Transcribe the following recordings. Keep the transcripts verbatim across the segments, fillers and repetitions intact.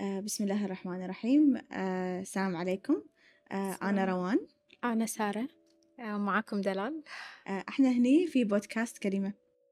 آه، بسم الله الرحمن الرحيم. آه، السلام عليكم. آه، أنا روان. أنا سارة. آه، معاكم دلال. آه، إحنا هني في بودكاست كريمة.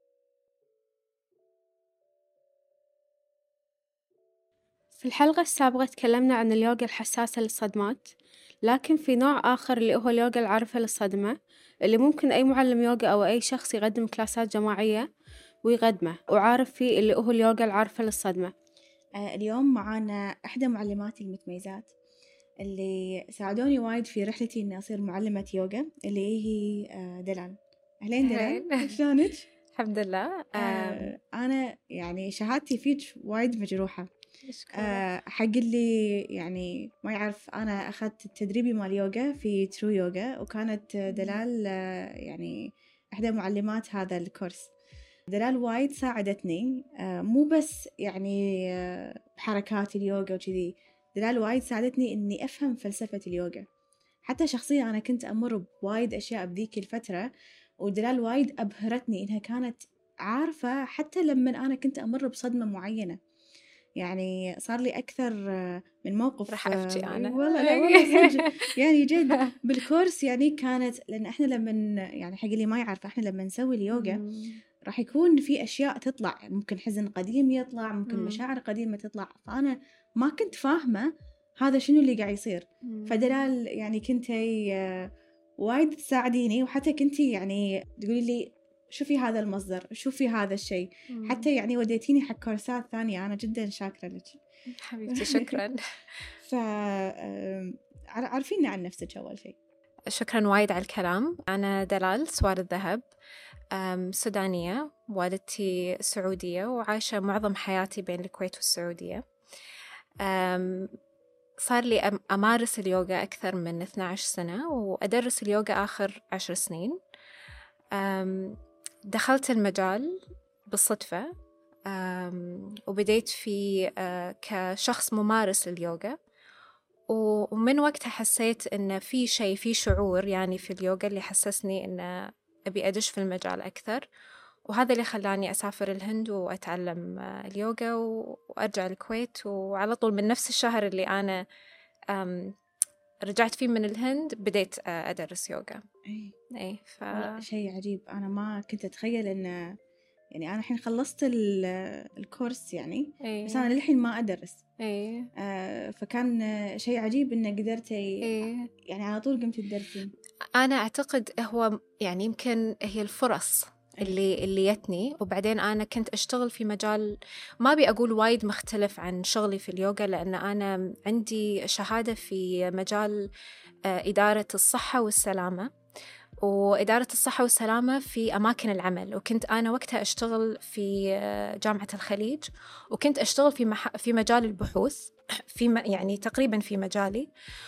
في الحلقة السابقة تكلمنا عن اليوغا الحساسة للصدمات، لكن في نوع آخر اللي هو اليوغا العارفة للصدمة، اللي ممكن أي معلم يوغا أو أي شخص يقدم كلاسات جماعية ويقدمه وعارف فيه، اللي هو اليوغا العارفة للصدمة. آه، اليوم معانا إحدى معلماتي المتميزات اللي ساعدوني وايد في رحلتي إني أصير معلمة يوغا، اللي هي آه، دلال. أهلين دلال، شلونك؟ الحمد لله. آه، أنا يعني شهادتي فيك وايد مجروحة. أشكرك. آه، حق اللي يعني ما يعرف، أنا أخذت تدريبي مال يوغا في ترو يوغا، وكانت دلال آه، يعني إحدى معلمات هذا الكورس. دلال وايد ساعدتني، آه، مو بس يعني آه، بحركات اليوغا وكذي. دلال وايد ساعدتني إني أفهم فلسفة اليوغا. حتى شخصيا أنا كنت أمر بوايد أشياء بذيك الفترة، ودلال وايد أبهرتني إنها كانت عارفة حتى لما أنا كنت أمر بصدمة معينة. يعني صار لي أكثر من موقف. راح أفتي أنا. والله لا والله صدق يعني جد بالكورس. يعني كانت لأن إحنا لما يعني حق اللي ما يعرف، إحنا لما نسوي اليوغا راح يكون في أشياء تطلع، ممكن حزن قديم يطلع، ممكن مشاعر قديمة تطلع. فأنا ما كنت فاهمة هذا شنو اللي قاعد يصير. فدلال يعني كنتي وايد تساعديني، وحتى كنتي يعني تقولي لي شوفي هذا المصدر، شوفي هذا الشيء. حتى يعني وديتيني حق كورسات ثانية، أنا جدا شاكرة لك حبيبتي. شكرا. ف عارفيني عن نفسك أول شيء. شكرا وايد على الكلام. أنا دلال سوار الذهب، سودانية، والدتي سعودية، وعايشة معظم حياتي بين الكويت والسعودية. صار لي أمارس اليوغا أكثر من اثنتي عشرة سنة، وأدرس اليوغا آخر عشر سنين. دخلت المجال بالصدفة، وبديت فيه كشخص ممارس لليوغا، ومن وقتها حسيت إن في شيء، في شعور يعني في اليوغا اللي حسسني إن أبي أدش في المجال أكثر. وهذا اللي خلاني أسافر الهند وأتعلم اليوغا وأرجع الكويت، وعلى طول من نفس الشهر اللي أنا رجعت فيه من الهند بديت أدرس يوغا. أي أي ف... شيء عجيب. أنا ما كنت أتخيل إن يعني أنا الحين خلصت الكورس يعني. أي. بس أنا للحين ما أدرس. أي. آه فكان شيء عجيب إنه قدرتي. أي. يعني على طول قمت تدرسين. أنا أعتقد هو يعني يمكن هي الفرص اللي اللي يتني. وبعدين أنا كنت أشتغل في مجال ما بي أقول وايد مختلف عن شغلي في اليوغا، لأن أنا عندي شهادة في مجال إدارة الصحة والسلامة، وإدارة الصحة والسلامة في أماكن العمل. وكنت أنا وقتها أشتغل في جامعة الخليج، وكنت أشتغل في مح... في مجال البحوث، في م... يعني تقريبا في مجالي.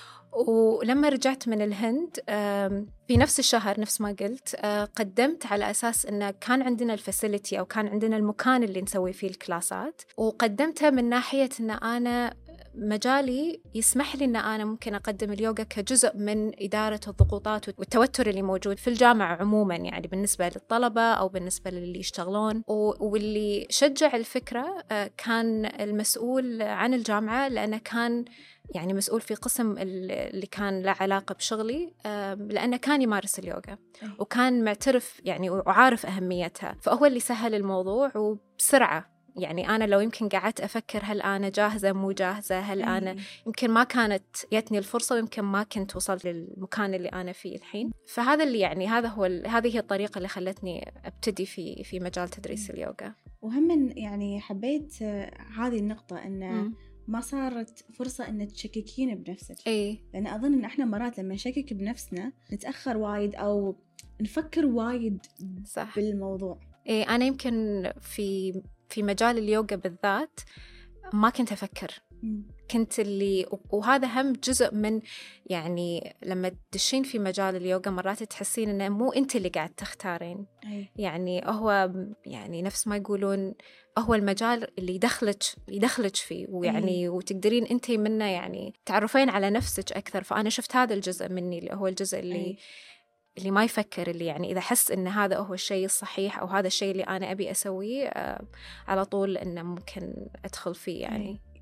ولما رجعت من الهند في نفس الشهر نفس ما قلت، قدمت على أساس أنه كان عندنا الفاسيليتي أو كان عندنا المكان اللي نسوي فيه الكلاسات، وقدمتها من ناحية أن أنا مجالي يسمح لي أن أنا ممكن أقدم اليوغا كجزء من إدارة الضغوطات والتوتر اللي موجود في الجامعة عموما، يعني بالنسبة للطلبة أو بالنسبة للي يشتغلون. واللي شجع الفكرة كان المسؤول عن الجامعة، لأنه كان يعني مسؤول في قسم اللي كان له علاقة بشغلي، لأنه كان يمارس اليوغا وكان معترف يعني وعارف أهميتها، فهو اللي سهل الموضوع وبسرعة. يعني أنا لو يمكن قعدت أفكر هل أنا جاهزة مو جاهزة، هل أي. أنا يمكن ما كانت يتني الفرصة، ويمكن ما كنت وصلت للمكان اللي أنا فيه الحين. فهذا اللي يعني هذا هو هذه هي الطريقة اللي خلتني أبتدي في في مجال تدريس اليوغا. وهم يعني حبيت هذه النقطة إن م. ما صارت فرصة إن تشككين بنفسك. أي. لأن أظن إن إحنا مرات لما نشكك بنفسنا نتأخر وايد أو نفكر وايد. صح. بالموضوع. إيه، أنا يمكن في في مجال اليوغا بالذات ما كنت أفكر. م. كنت اللي وهذا هم جزء من يعني لما تدشين في مجال اليوغا مرات تحسين إنه مو أنت اللي قاعد تختارين. أي. يعني هو يعني نفس ما يقولون هو المجال اللي يدخلك يدخلك فيه، ويعني أي. وتقدرين أنت منه يعني تعرفين على نفسك أكثر. فأنا شفت هذا الجزء مني اللي هو الجزء اللي أي. اللي ما يفكر، اللي يعني إذا حس إن هذا هو الشيء الصحيح أو هذا الشيء اللي أنا أبي أسويه، آه على طول إنه ممكن أدخل فيه يعني.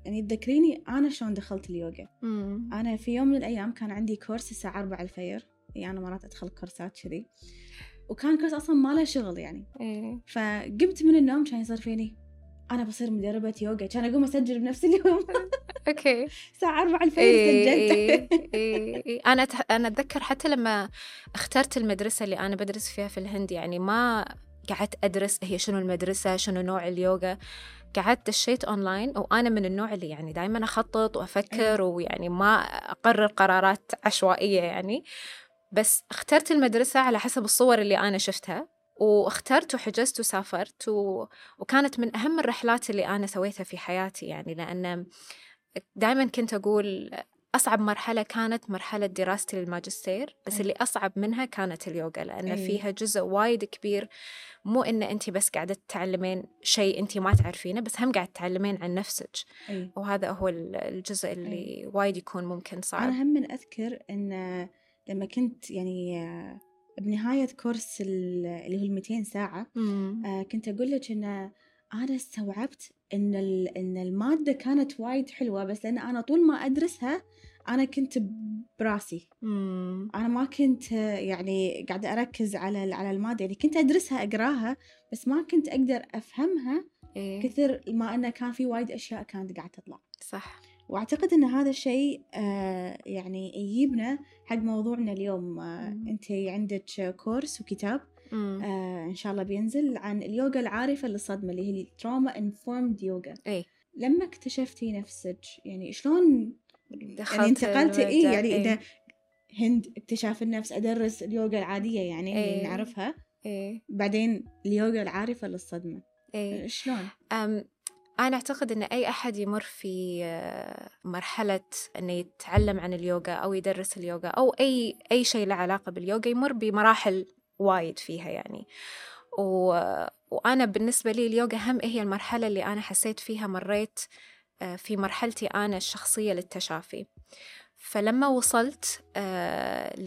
يعني تذكريني أنا شلون دخلت اليوغا. مم. أنا في يوم من الأيام كان عندي كورس الساعة أربعة الفجر، يعني أنا مرات أدخل كورسات كذي، وكان كورس أصلا ما له شغل يعني. إيه. فقمت من النوم كان يصير فيني أنا بصير مدربة يوغا، كان أقوم أسجل بنفس اليوم. أوكي. الساعة أربعة الفجر إيه سجلت. إيه إيه إيه. أنا تح... أنا أتذكر حتى لما اخترت المدرسة اللي أنا بدرس فيها في الهند، يعني ما قعدت أدرس هي شنو المدرسة شنو نوع اليوغا، قعدت دشيت أونلاين. وأنا من النوع اللي يعني دايما أخطط وأفكر ويعني ما أقرر قرارات عشوائية يعني، بس اخترت المدرسة على حسب الصور اللي أنا شفتها، واخترت وحجزت وسافرت و... وكانت من أهم الرحلات اللي أنا سويتها في حياتي يعني، لأن دائما كنت أقول أصعب مرحلة كانت مرحلة دراستي للماجستير، بس أي. اللي أصعب منها كانت اليوغا، لأن أي. فيها جزء وايد كبير، مو إن أنت بس قاعدة تتعلمين شيء أنت ما تعرفينه، بس هم قاعدة تتعلمين عن نفسك. أي. وهذا هو الجزء اللي أي. وايد يكون ممكن صعب. أنا هم من أذكر أن لما كنت يعني بنهاية كورس اللي هو المئتين ساعة، مم. كنت أقول لك أن أنا استوعبت إن إن المادة كانت وايد حلوة، بس لأن أنا طول ما أدرسها أنا كنت براسي. مم. أنا ما كنت يعني قاعدة أركز على على المادة، يعني كنت أدرسها أقراها بس ما كنت أقدر أفهمها إيه. كثر ما أنه كان في وايد أشياء كانت قاعدة تطلع. صح. وأعتقد أن هذا الشيء آه يعني يجيبنا حق موضوعنا اليوم. آه أنت عندك كورس وكتاب آه إن شاء الله بينزل عن اليوغا العارفة للصدمة اللي هي Trauma Informed Yoga. إيه. لما اكتشفتي نفسك يعني شلون يعني انتقلتي إيه يعني إيه. إذا هند اكتشاف النفس أدرس اليوغا العادية يعني إيه. اللي نعرفها، إيه. بعدين اليوغا العارفة للصدمة. إيه. شلون؟ أم أنا أعتقد أن أي أحد يمر في مرحلة أنه يتعلم عن اليوغا أو يدرس اليوغا أو أي أي شيء له علاقة باليوغا يمر بمراحل وايد فيها يعني. و... وأنا بالنسبة لي اليوغا هم هي المرحلة اللي أنا حسيت فيها مريت في مرحلتي أنا الشخصية للتشافي. فلما وصلت آه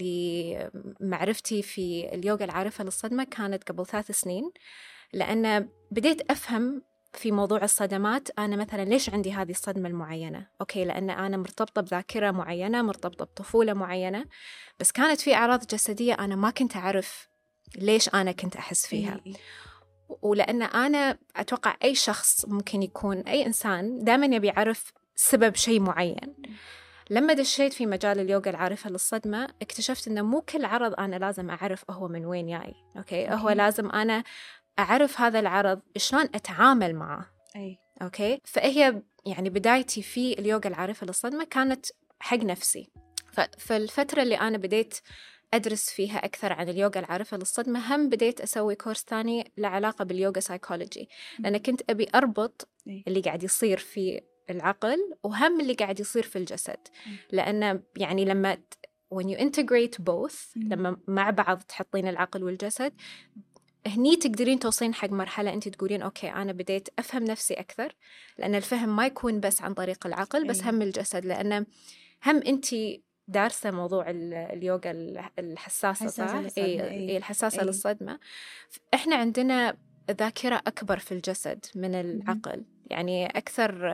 لمعرفتي في اليوغا العارفة للصدمة كانت قبل ثلاث سنين، لأن بديت أفهم في موضوع الصدمات. أنا مثلا ليش عندي هذه الصدمة المعينة؟ أوكي، لأن أنا مرتبطة بذاكرة معينة، مرتبطة بطفولة معينة، بس كانت في أعراض جسدية أنا ما كنت أعرف ليش أنا كنت أحس فيها. إيه. ولأن أنا أتوقع أي شخص ممكن يكون أي إنسان دائما يبي يعرف سبب شيء معين. لما دشيت في مجال اليوغا العارفة للصدمة اكتشفت أنه مو كل عرض أنا لازم أعرف هو من وين جاي. أوكي؟ أوكي، هو لازم أنا أعرف هذا العرض شلون أتعامل معه. أي. أوكي، فهي يعني بدايتي في اليوغا العارفة للصدمة كانت حق نفسي. فالفترة اللي أنا بديت أدرس فيها أكثر عن اليوغا العارفة للصدمة هم بديت أسوي كورس تاني له علاقة باليوغا سايكولوجي، لأن كنت أبي أربط اللي قاعد يصير في العقل وهم اللي قاعد يصير في الجسد، لأن يعني لما when you integrate both لما مع بعض تحطين العقل والجسد هني تقدرين توصلين حق مرحلة أنت تقولين أوكي أنا بديت أفهم نفسي أكثر، لأن الفهم ما يكون بس عن طريق العقل بس هم الجسد، لأن هم أنت دارسة موضوع اليوغا الحساسة صح؟ إيه. إيه الحساسة أي. للصدمة. إحنا عندنا ذاكرة أكبر في الجسد من العقل، يعني أكثر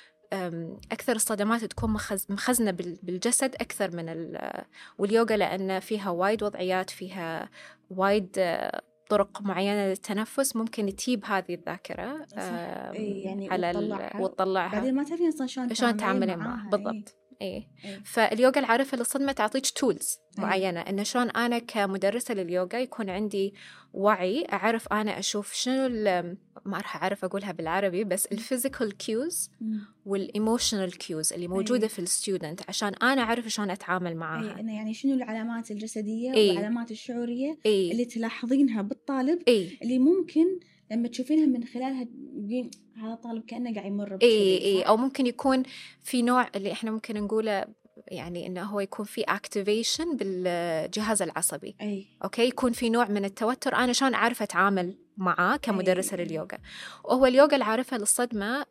أكثر الصدمات تكون مخزنة بالجسد أكثر من ال واليوغا لأن فيها وايد وضعيات، فيها وايد طرق معينة للتنفس ممكن تجيب هذه الذاكرة إيه يعني على وتطلعها وتطلعها بعدين ما تعرفين أصلاً شلون شلون تعاملين معها بالضبط. إيه. إيه. إيه. فاليوغا العارفة للصدمة تعطيك تولز إيه. معينة إن شلون أنا كمدرسة لليوغا يكون عندي وعي أعرف أنا أشوف شنو ما راح أعرف أقولها بالعربي بس الفيزيكال كيوز والإيموشنال كيوز اللي موجودة إيه. في الستودنت عشان أنا أعرف شلون أتعامل معها. إيه. إنه يعني شنو العلامات الجسدية إيه. والعلامات الشعورية إيه. اللي تلاحظينها بالطالب إيه. اللي ممكن لما تشوفينها من خلالها تقولين هذا طالب كأنه قاعد يمر بشيء. إيه. إيه. أو ممكن يكون في نوع اللي إحنا ممكن نقوله يعني إنه هو يكون في activation بالجهاز العصبي. أي. أوكي، يكون في نوع من التوتر أنا شلون أعرف أتعامل معاه كمدرسة أي. لليوغا. وهو اليوغا العارفة للصدمة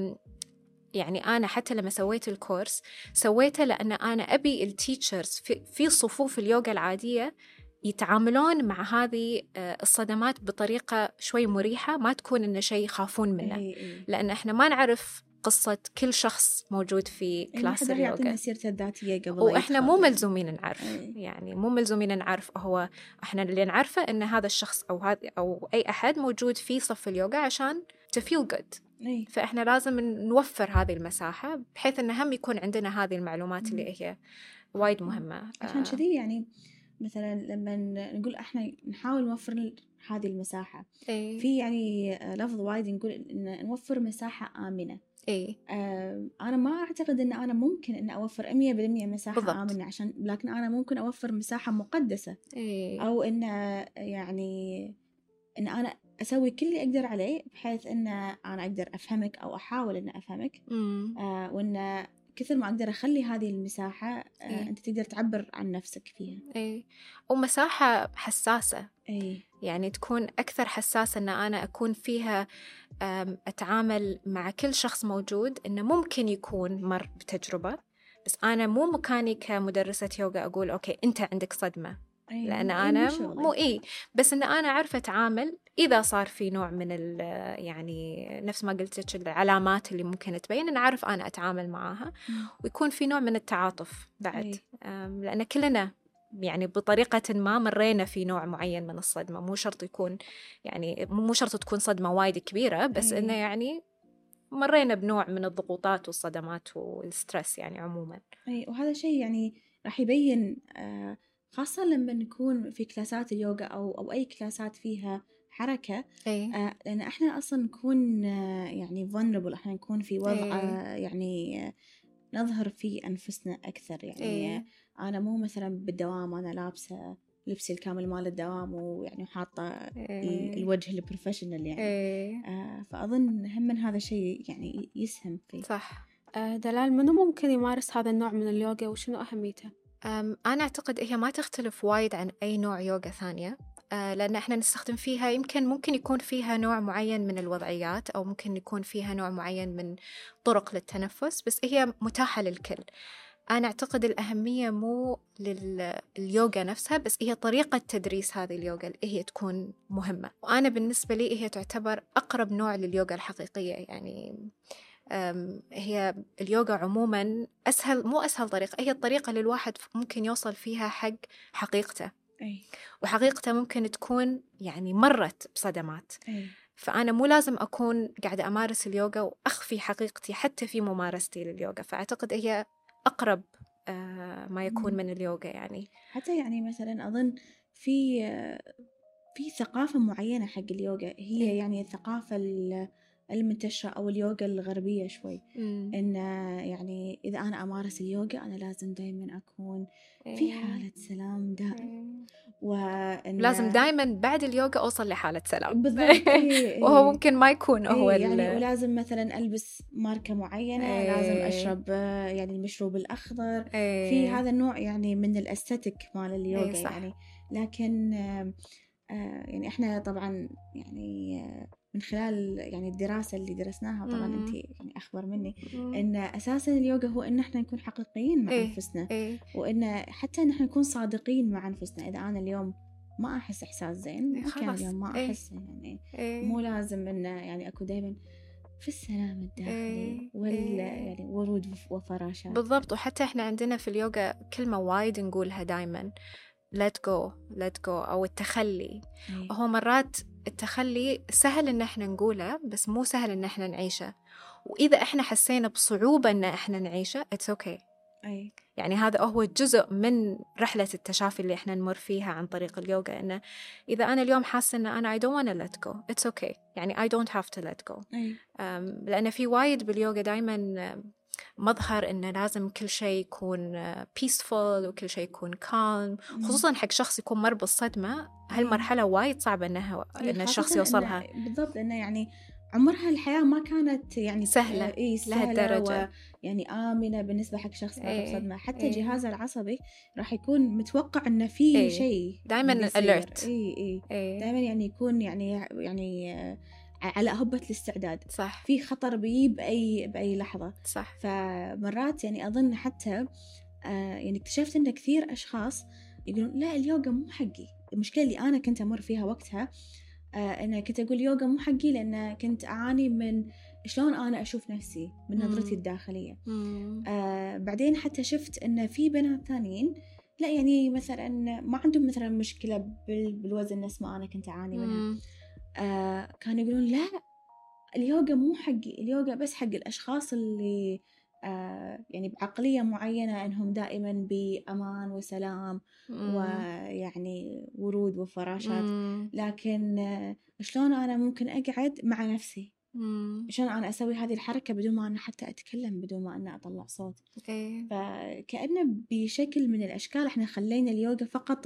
يعني أنا حتى لما سويت الكورس سويته لأن أنا أبي التيتشرز في, في صفوف اليوغا العادية يتعاملون مع هذه الصدمات بطريقة شوي مريحة، ما تكون إنه شيء يخافون منه. أي. أي. لأن إحنا ما نعرف قصة كل شخص موجود في كلاس اليوغا، يعطينا سيرته الذاتية قبل وإحنا مو ملزومين نعرف. أي. يعني مو ملزومين نعرف، هو إحنا اللي نعرفه إن هذا الشخص أو هذا أو أي أحد موجود في صف اليوغا عشان to feel good. أي. فإحنا لازم نوفر هذه المساحة بحيث إن هم يكون عندنا هذه المعلومات اللي هي وايد مهمة. عشان كذي يعني مثلا لما نقول إحنا نحاول نوفر هذه المساحة، إيه. في يعني لفظ وايد نقول إن نوفر مساحة آمنة. إيه. آه أنا ما أعتقد إن أنا ممكن إن أوفر مية بالمية مساحة بالضبط. آمنة، عشان لكن أنا ممكن أوفر مساحة مقدسة. إيه. أو إن يعني إن أنا أسوي كل اللي أقدر عليه بحيث إن أنا أقدر أفهمك أو أحاول إن أفهمك. آه وإن كثر ما أقدر أخلي هذه المساحة آه إيه. أنت تقدر تعبر عن نفسك فيها. إيه. ومساحة حساسة. إيه. يعني تكون أكثر حساسة أن أنا أكون فيها أتعامل مع كل شخص موجود، إنه ممكن يكون مر بتجربة، بس أنا مو مكاني كمدرسة يوغا أقول أوكي أنت عندك صدمة. أيه. لأن إيه أنا مو, مو إيه، بس إن أنا أعرف أتعامل إذا صار في نوع من ال يعني نفس ما قلت العلامات اللي ممكن تبين، إن أعرف أنا أتعامل معها ويكون في نوع من التعاطف بعد. أيه. لأن كلنا يعني بطريقة ما مرينا في نوع معين من الصدمة، مو شرط يكون يعني مو شرط تكون صدمة وايد كبيرة، بس أيه. إنه يعني مرينا بنوع من الضغوطات والصدمات والسترس يعني عموما. أي. وهذا شيء يعني راح يبين آه خاصة لما نكون في كلاسات اليوغا أو أو أي كلاسات فيها حركة. أي. آه لأن إحنا أصلا نكون آه يعني vulnerable، إحنا نكون في وضع آه يعني آه نظهر فيه أنفسنا أكثر. يعني آه أنا مو مثلا بالدوام أنا لابسة لبسي الكامل مال الدوام ويعني حاطة الوجه البروفيشنال يعني. آه فأظن هم من هذا الشيء يعني يسهم فيه. صح. آه دلال، منو ممكن يمارس هذا النوع من اليوغا وشنو أهميته؟ أنا أعتقد هي ما تختلف وايد عن أي نوع يوغا ثانية، لأن إحنا نستخدم فيها يمكن ممكن يكون فيها نوع معين من الوضعيات، أو ممكن يكون فيها نوع معين من طرق للتنفس، بس هي متاحة للكل. أنا أعتقد الأهمية مو لليوغا نفسها، بس هي طريقة تدريس هذه اليوغا اللي هي تكون مهمة. وأنا بالنسبة لي هي تعتبر أقرب نوع لليوغا الحقيقية. يعني هي اليوغا عموما أسهل، مو أسهل طريقة، هي الطريقة اللي الواحد ممكن يوصل فيها حق حقيقته. أي. وحقيقته ممكن تكون يعني مرت بصدمات. أي. فأنا مو لازم أكون قاعدة أمارس اليوغا وأخفي حقيقتي حتى في ممارستي لليوغا. فأعتقد هي أقرب آه ما يكون من اليوغا. يعني حتى يعني مثلا أظن في في ثقافة معينة حق اليوغا، هي إيه؟ يعني الثقافة المنتشرة أو اليوغا الغربية شوي. مم. إن يعني إذا أنا أمارس اليوغا أنا لازم دايما أكون إيه؟ في حالة سلام دائم. إيه؟ وإن لازم دايما بعد اليوغا أوصل لحالة سلام. بالضبط. إيه. وهو ممكن ما يكون إيه هو يعني ولازم مثلا ألبس ماركة معينة. إيه؟ لازم أشرب يعني المشروب الأخضر. إيه؟ في هذا النوع يعني من الأستاتيك مال اليوغا. إيه؟ يعني لكن آه يعني إحنا طبعا يعني آه من خلال يعني الدراسة اللي درسناها، طبعا مم. أنت يعني أخبر مني، مم. إن أساسا اليوغا هو إن إحنا نكون حقيقيين مع إيه؟ أنفسنا. إيه؟ وإن حتى إن إحنا نكون صادقين مع أنفسنا. إذا أنا اليوم ما أحس إحساس زين، إيه؟ أوكي خلاص. اليوم ما إيه؟ أحس يعني إيه؟ مو لازم إنه يعني أكو دايما في السلام الداخلي. إيه؟ وال إيه؟ يعني ورود وفراشات. بالضبط. وحتى إحنا عندنا في اليوغا كلمة وايد نقولها دايما، let go let go أو التخلي. أي. هو مرات التخلي سهل إن إحنا نقوله، بس مو سهل إن إحنا نعيشه. وإذا إحنا حسينا بصعوبة إن إحنا نعيشه it's okay. أي. يعني هذا هو جزء من رحلة التشافي اللي إحنا نمر فيها عن طريق اليوغا. إنه إذا أنا اليوم حاسة إن أنا I don't wanna let go it's okay. يعني I don't have to let go. أي. لأن في وايد باليوغا دايما مظهر إنه لازم كل شيء يكون peaceful وكل شيء يكون calm، خصوصا حق شخص يكون مر بالصدمة. هالمرحلة وايد صعبة إنها إن الشخص يوصلها. إن بالضبط إنه يعني عمرها الحياة ما كانت يعني سهلة. إيه سهلة لهالدرجة. يعني آمنة بالنسبة حق شخص مر إيه؟ بصدمة. حتى إيه؟ جهازه العصبي راح يكون متوقع إنه في إيه؟ شيء دائما alert. إيه إيه إيه؟ دائما يعني يكون يعني يعني على هبة الاستعداد. صح. في خطر بيه بأي بأي لحظة. صح. فمرات يعني أظن حتى آه يعني اكتشفت إن كثير أشخاص يقولون لا اليوغا مو حقي. المشكلة اللي أنا كنت أمر فيها وقتها آه أنا كنت أقول يوغا مو حقي، لأن كنت أعاني من شلون أنا أشوف نفسي من نظرتي الداخلية. آه بعدين حتى شفت إن في بنات ثانيين لا يعني مثلا ما عندهم مثلا مشكلة بالوزن نفس ما أنا كنت أعاني منها. آه كانوا يقولون لا اليوغا مو حقي، اليوغا بس حق الأشخاص اللي آه يعني بعقلية معينة إنهم دائما بأمان وسلام مم. ويعني ورود وفراشات. مم. لكن آه شلون أنا ممكن أقعد مع نفسي، مم. شلون أنا أسوي هذه الحركة بدون ما أنا حتى أتكلم، بدون ما أنا أطلع صوت. okay. فكأنه بشكل من الأشكال إحنا خلينا اليوغا فقط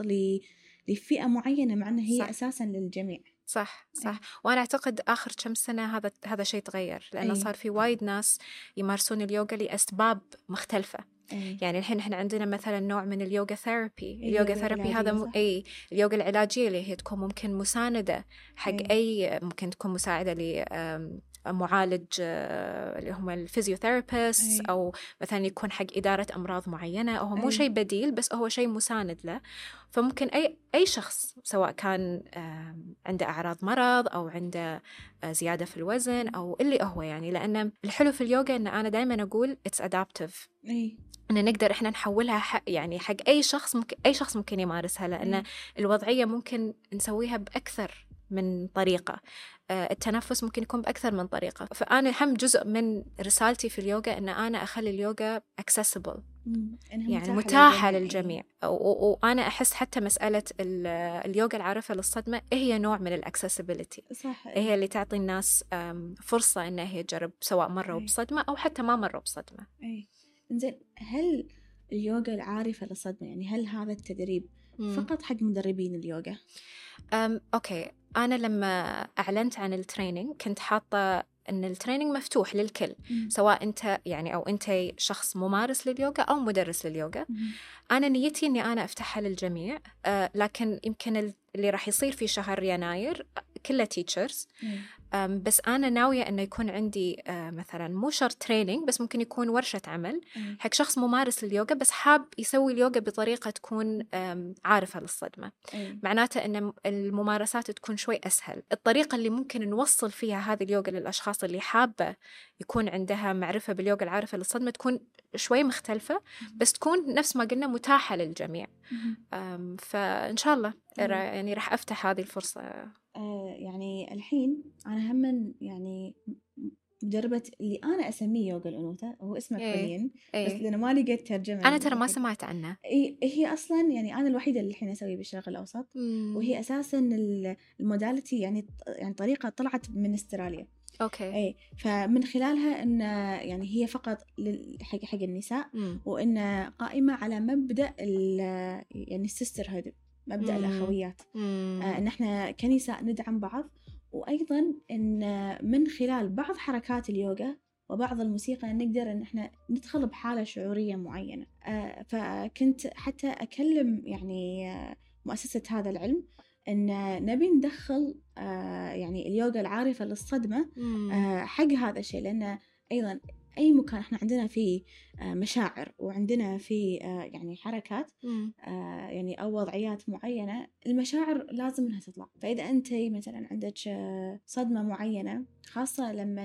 لفئة معينة مع أنه هي صح. أساسا للجميع. صح صح أي. وأنا أعتقد آخر كم سنة هذا هذا شيء تغير، لأنه أي. صار في وايد ناس يمارسون اليوغا لأسباب مختلفة. أي. يعني الحين إحنا عندنا مثلا نوع من اليوغا ثيرابي، اليوغا ثيرابي هذا م... أي اليوغا العلاجية اللي هي تكون ممكن مساندة حق أي, أي ممكن تكون مساعدة ل معالج اللي هم الفيزيوثيرابيست أو مثلا يكون حق إدارة أمراض معينة، أو هو مو شيء بديل بس هو شيء مساند له. فممكن أي أي شخص سواء كان عنده أعراض مرض أو عنده زيادة في الوزن أو اللي هو يعني، لأن الحلو في اليوغا إن أنا دائما أقول it's adaptive. أي. إن نقدر إحنا نحولها حق يعني حق أي شخص ممكن أي شخص ممكن يمارسها، لأن أي. الوضعية ممكن نسويها بأكثر من طريقة، التنفس ممكن يكون بأكثر من طريقة. فأنا هم جزء من رسالتي في اليوغا أن أنا أخلي اليوغا accessible، يعني متاحة للجميع. وأنا أحس حتى مسألة اليوغا العارفة للصدمة هي نوع من الأكسسبيليتي، هي اللي تعطي الناس فرصة أنها هي تجرب سواء مروا بصدمة أو حتى ما مروا بصدمة. أي. إنزين، هل اليوغا العارفة للصدمة يعني هل هذا التدريب مم. فقط حق مدربين اليوغا؟ أم أوكي، أنا لما أعلنت عن التريننج كنت حاطة أن التريننج مفتوح للكل، مم. سواء أنت يعني أو أنت شخص ممارس لليوغا أو مدرس لليوغا. مم. أنا نيتي أني أنا أفتحها للجميع، أه لكن يمكن اللي راح يصير في شهر يناير كله تيتشرز. بس أنا ناوية أنه يكون عندي مثلا مو شرط تريننج، بس ممكن يكون ورشة عمل أي. حق شخص ممارس لليوغا بس حاب يسوي اليوغا بطريقة تكون عارفة للصدمة. أي. معناته أن الممارسات تكون شوي أسهل. الطريقة اللي ممكن نوصل فيها هذه اليوغا للأشخاص اللي حابة يكون عندها معرفة باليوغا العارفة للصدمة تكون شوي مختلفة، بس تكون نفس ما قلنا متاحة للجميع. فإن شاء الله أي. يعني راح أفتح هذه الفرصة. آه يعني الحين أنا هم يعني مدربة اللي أنا أسميه يوغا الأنوثة، هو اسمه إيه. كونين إيه. بس لأنه ما لقيت ترجمة. أنا ترى ما سمعت عنه. إيه هي أصلاً يعني أنا الوحيدة اللي الحين أسوي بالشرق الأوسط. مم. وهي أساساً الموداليتي يعني يعني طريقة طلعت من استراليا. أوكي. إيه فمن خلالها إن يعني هي فقط حق حق النساء، مم. وإن قائمة على مبدأ يعني السيستر هود، مبدأ مم. الأخويات. آه إن إحنا كنساء ندعم بعض، وأيضاً إن من خلال بعض حركات اليوغا وبعض الموسيقى نقدر إن إحنا ندخل بحالة شعورية معينة. آه فكنت حتى أكلم يعني آه مؤسسة هذا العلم إن نبي ندخل آه يعني اليوغا العارفة للصدمة آه حق هذا الشيء، لأن أيضاً أي مكان إحنا عندنا فيه مشاعر وعندنا فيه يعني حركات يعني أو وضعيات معينة، المشاعر لازم إنها تطلع. فإذا أنت مثلا عندك صدمة معينة، خاصة لما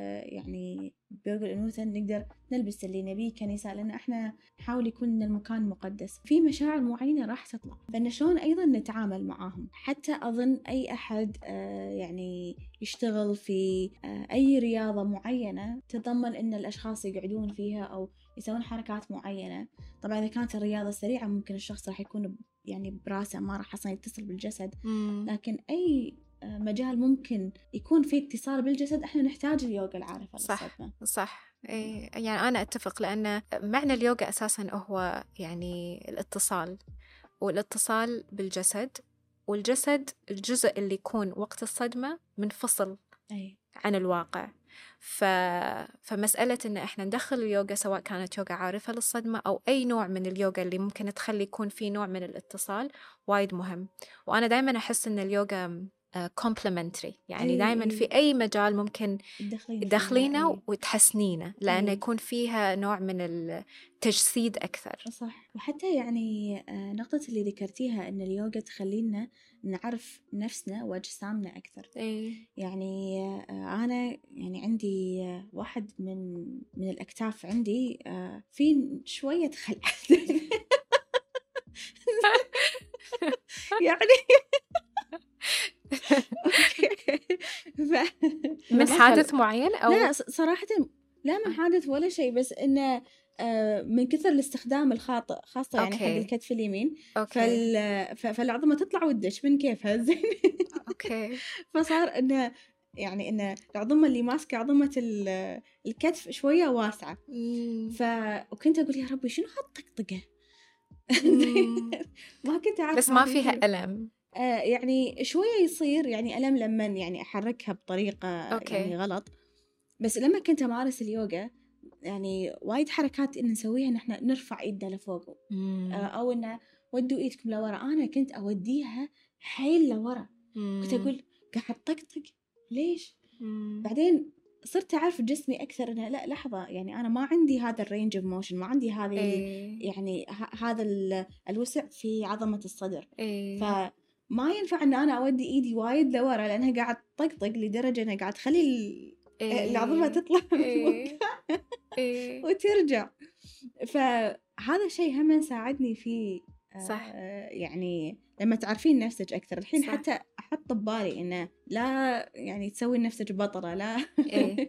يعني بيوغا الأنوثة نقدر نلبس اللي نبيه كنساء، لأن إحنا نحاول يكون إن المكان مقدس، في مشاعر معينة راح تطلع، فإن شلون أيضا نتعامل معاهم. حتى أظن أي أحد يعني يشتغل في أي رياضة معينة تتضمن إن الأشخاص يقعدون فيها أو يسوون حركات معينة. طبعا إذا كانت الرياضة سريعة ممكن الشخص راح يكون يعني براسه ما راح أصلا يتصل بالجسد، مم. لكن أي مجال ممكن يكون فيه اتصال بالجسد احنا نحتاج اليوغا العارفة للصدمة. صح صح إيه يعني أنا أتفق، لأن معنى اليوغا أساسا هو يعني الاتصال، والاتصال بالجسد، والجسد الجزء اللي يكون وقت الصدمة منفصل أي. عن الواقع. ف... فمسألة إن إحنا ندخل اليوغا سواء كانت يوغا عارفة للصدمة أو أي نوع من اليوغا اللي ممكن تخلي يكون في نوع من الاتصال وايد مهم. وأنا دايما أحس إن اليوغا كومبلمنتري، يعني أي دائما أي في أي مجال ممكن تدخلين فيها. تدخلينه أي وتحسنينه، لأنه أي يكون فيها نوع من التجسيد أكثر. صح. وحتى يعني آه، نقطة اللي ذكرتيها إن اليوغا تخلينا نعرف نفسنا وأجسامنا أكثر. أي. يعني آه، أنا يعني عندي آه، واحد من من الأكتاف عندي آه، في شوية خلع يعني ف... من ما حادث خلع. معين أو لا ص- صراحة لا من حادث ولا شيء، بس إنه آه، من كثر الاستخدام الخاطئ خاصة يعني حق أوكي الكتف اليمين، أوكي فال... ف- فالعظمة تطلع وتدش من كيفها زين. أوكي فصار إنه يعني إنه العظمة اللي ماسكة عظمة ال- الكتف شوية واسعة. مم. ف وكنت أقول يا ربي شنو هالطقطقة مم. ما كنت أعرف بس ما هذه فيها شنو. ألم. آه يعني شوية يصير يعني ألم لما يعني أحركها بطريقة أوكي. يعني غلط، بس لما كنت أمارس اليوغا يعني وايد حركات إن نسويها إن إحنا نرفع إيدنا لفوق آه مم. أو إن ودوا إيدكم لورا. أنا كنت أوديها حيل لورا، كنت مم. أقول قاعد طقطق ليش. مم. بعدين صرت أعرف جسمي أكثر إنه لا لحظة يعني أنا ما عندي هذا الرينج اوف موشن، ما عندي هذه ال- إيه. يعني ه- هذا ال- الوسع في عظمة الصدر. إيه. فما ينفع إن أنا أودي إيدي وايد لورا لأنها قاعد تطقطق لدرجة إنها قاعد تخلي ال- إيه. العظمة تطلع من إيه. مكانها إيه. وترجع. فهذا الشيء هم ساعدني في صح. آه، يعني لما تعرفين نفسك أكثر. الحين صح. حتى أحط ببالي إنه لا يعني تسوي نفسك بطلة لا إيه.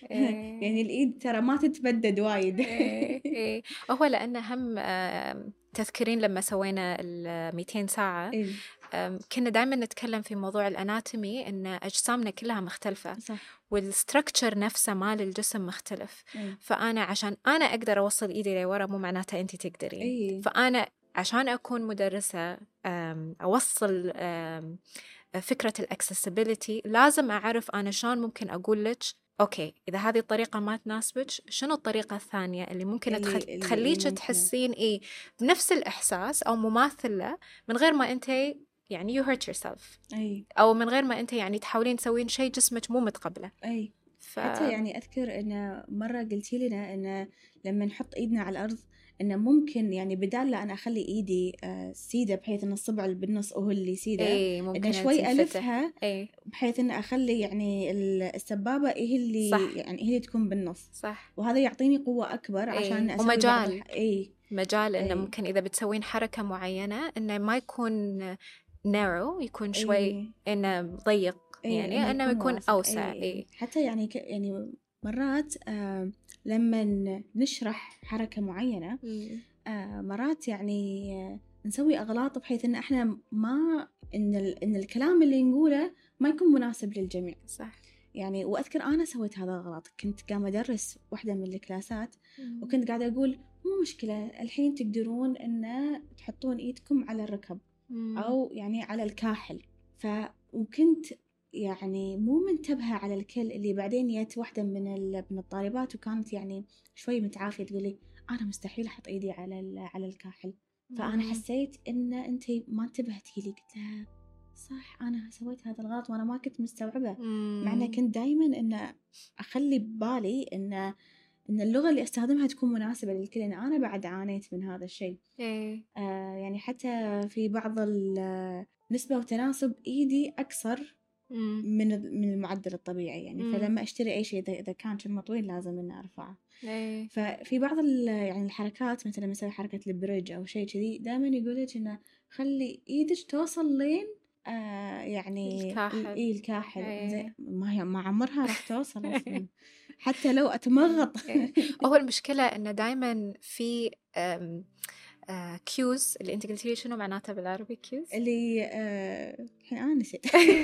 يعني الإيد ترى ما تتبدد وايد. إيه. إيه. هو لأن هم آم، تذكرين لما سوينا ال مئتين ساعة إيه آم، كنا دائما نتكلم في موضوع الأناتومي إن أجسامنا كلها مختلفة صح. والستركتشر نفسه مال الجسم مختلف. إيه فأنا عشان أنا أقدر أوصل إيدي لورا مو معناته أنت تقدرين. إيه فأنا عشان أكون مدرسة آم، أوصل آم، فكرة الأكسسبيليتي لازم أعرف أنا شلون ممكن أقول لك أوكي إذا هذه الطريقة ما تناسبك شنو الطريقة الثانية اللي ممكن اللي- تخل... اللي تخليك ممكن. تحسين إيه بنفس الإحساس أو مماثلة من غير ما أنت يعني you hurt yourself أي أو من غير ما أنت يعني تحاولين تسوين شيء جسمك مو متقبله. أي ف... حتى يعني أذكر إن مرة قلتي لنا إن لما نحط إيدنا على الأرض إنه ممكن يعني بدال لا أنا أخلي إيدي آه، سيدة بحيث إن الصبع اللي بالنص هو اللي سيدة إيه ممكن إنه شوي تنفتح. ألفها إيه بحيث إن أخلي يعني ال- السبابة هي اللي صح. يعني هي اللي تكون بالنص، صح. وهذا يعطيني قوة أكبر إيه. عشان أسوي ومجال. بعض الح... إيه مجال إنه أي. ممكن إذا بتسوين حركة معينة إنه ما يكون narrow يكون شوي إيه. إنه ضيق إيه، يعني إنه يكون واسع. أوسع. إيه. إيه. حتى يعني ك... يعني مرات آه لما نشرح حركة معينة مم. آه مرات يعني آه نسوي أغلاط بحيث إن إحنا ما إن ال... إن الكلام اللي نقوله ما يكون مناسب للجميع. صح. يعني وأذكر أنا سويت هذا الغلط. كنت قام أدرس واحدة من الكلاسات مم. وكنت قاعدة أقول مو مشكلة الحين تقدرون إن تحطون إيدكم على الركب مم. أو يعني على الكاحل. ف وكنت يعني مو منتبهة على الكل. اللي بعدين جت واحدة من ال... من الطالبات وكانت يعني شوي متعافية تقول لي أنا مستحيل أحط إيدي على ال... على الكاحل. فأنا مم. حسيت إن أنتي ما انتبهتي لي. قلت لها صح أنا سويت هذا الغلط وأنا ما كنت مستوعبة. مم. مع أن كنت دايما إن أخلي ببالي إن إن اللغة اللي أستخدمها تكون مناسبة للكل. إن أنا بعد عانيت من هذا الشيء. إيه. آه يعني حتى في بعض النسبة وتناسب إيدي أكثر مم. من من المعدل الطبيعي يعني. مم. فلما أشتري أي شيء إذا إذا كان كم طويل لازم إني أرفعه. إيه. ففي بعض ال- يعني الحركات مثلا لما أسوي حركة البريدج أو شيء كذي دائما يقولك إنه خلي إيدك توصل لين آه يعني الكاحل. إيه الكاحل. إيه. زي ما هي ما عمرها راح توصل أصلا حتى لو أتمغط. إيه. هو المشكلة إنه دايما في أم آه كيوز اللي أنت قلتي لي شنو معناتها بالعربي كيوز اللي آه، الحين أنا نسيت.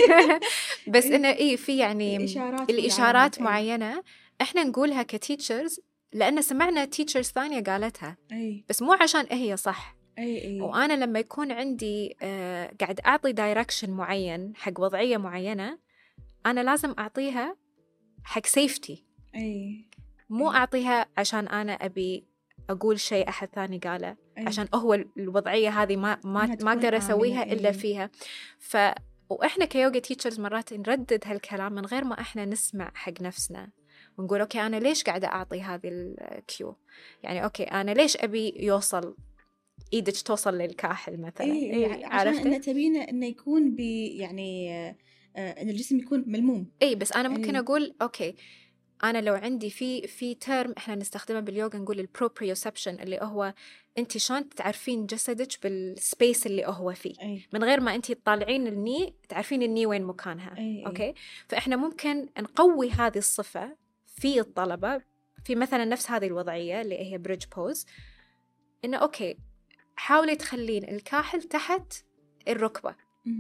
بس إنه إيه في يعني الإشارات الإشارات والعلامات. أي. معينة إحنا نقولها كتيتشرز لأن سمعنا تيتشرز ثانية قالتها أي بس مو عشان هي صح. أي أي وأنا لما يكون عندي آه قاعد أعطي دايركشن معين حق وضعية معينة أنا لازم أعطيها حق سيفتي أي مو أي. أعطيها عشان أنا أبي أقول شيء أحد ثاني قاله أي. عشان هو الوضعية هذه ما ما إنها ما تكون أقدر آمنة. أسويها إلا أي. فيها. ف وإحنا كيوغا تيتشرز مرات نردد هالكلام من غير ما إحنا نسمع حق نفسنا ونقول أوكي أنا ليش قاعدة أعطي هذه الكيو، يعني أوكي أنا ليش أبي يوصل إيدك توصل للكاحل مثلا. إيه إيه عشان إنه تبينه إنه يكون بي يعني آه إن الجسم يكون ملموم. إيه بس أنا ممكن إيه. أقول أوكي أنا لو عندي في في ترم إحنا نستخدمه باليوغا نقول البروبريوسبشن اللي هو أنت شلون تعرفين جسدك بالسبيس اللي هو فيه. أي. من غير ما أنت تطالعين الني تعرفين الني وين مكانها. أي. أوكي فإحنا ممكن نقوي هذه الصفة في الطلبة في مثلا نفس هذه الوضعية اللي هي بريدج بوز، إنه أوكي حاولي تخلين الكاحل تحت الركبة.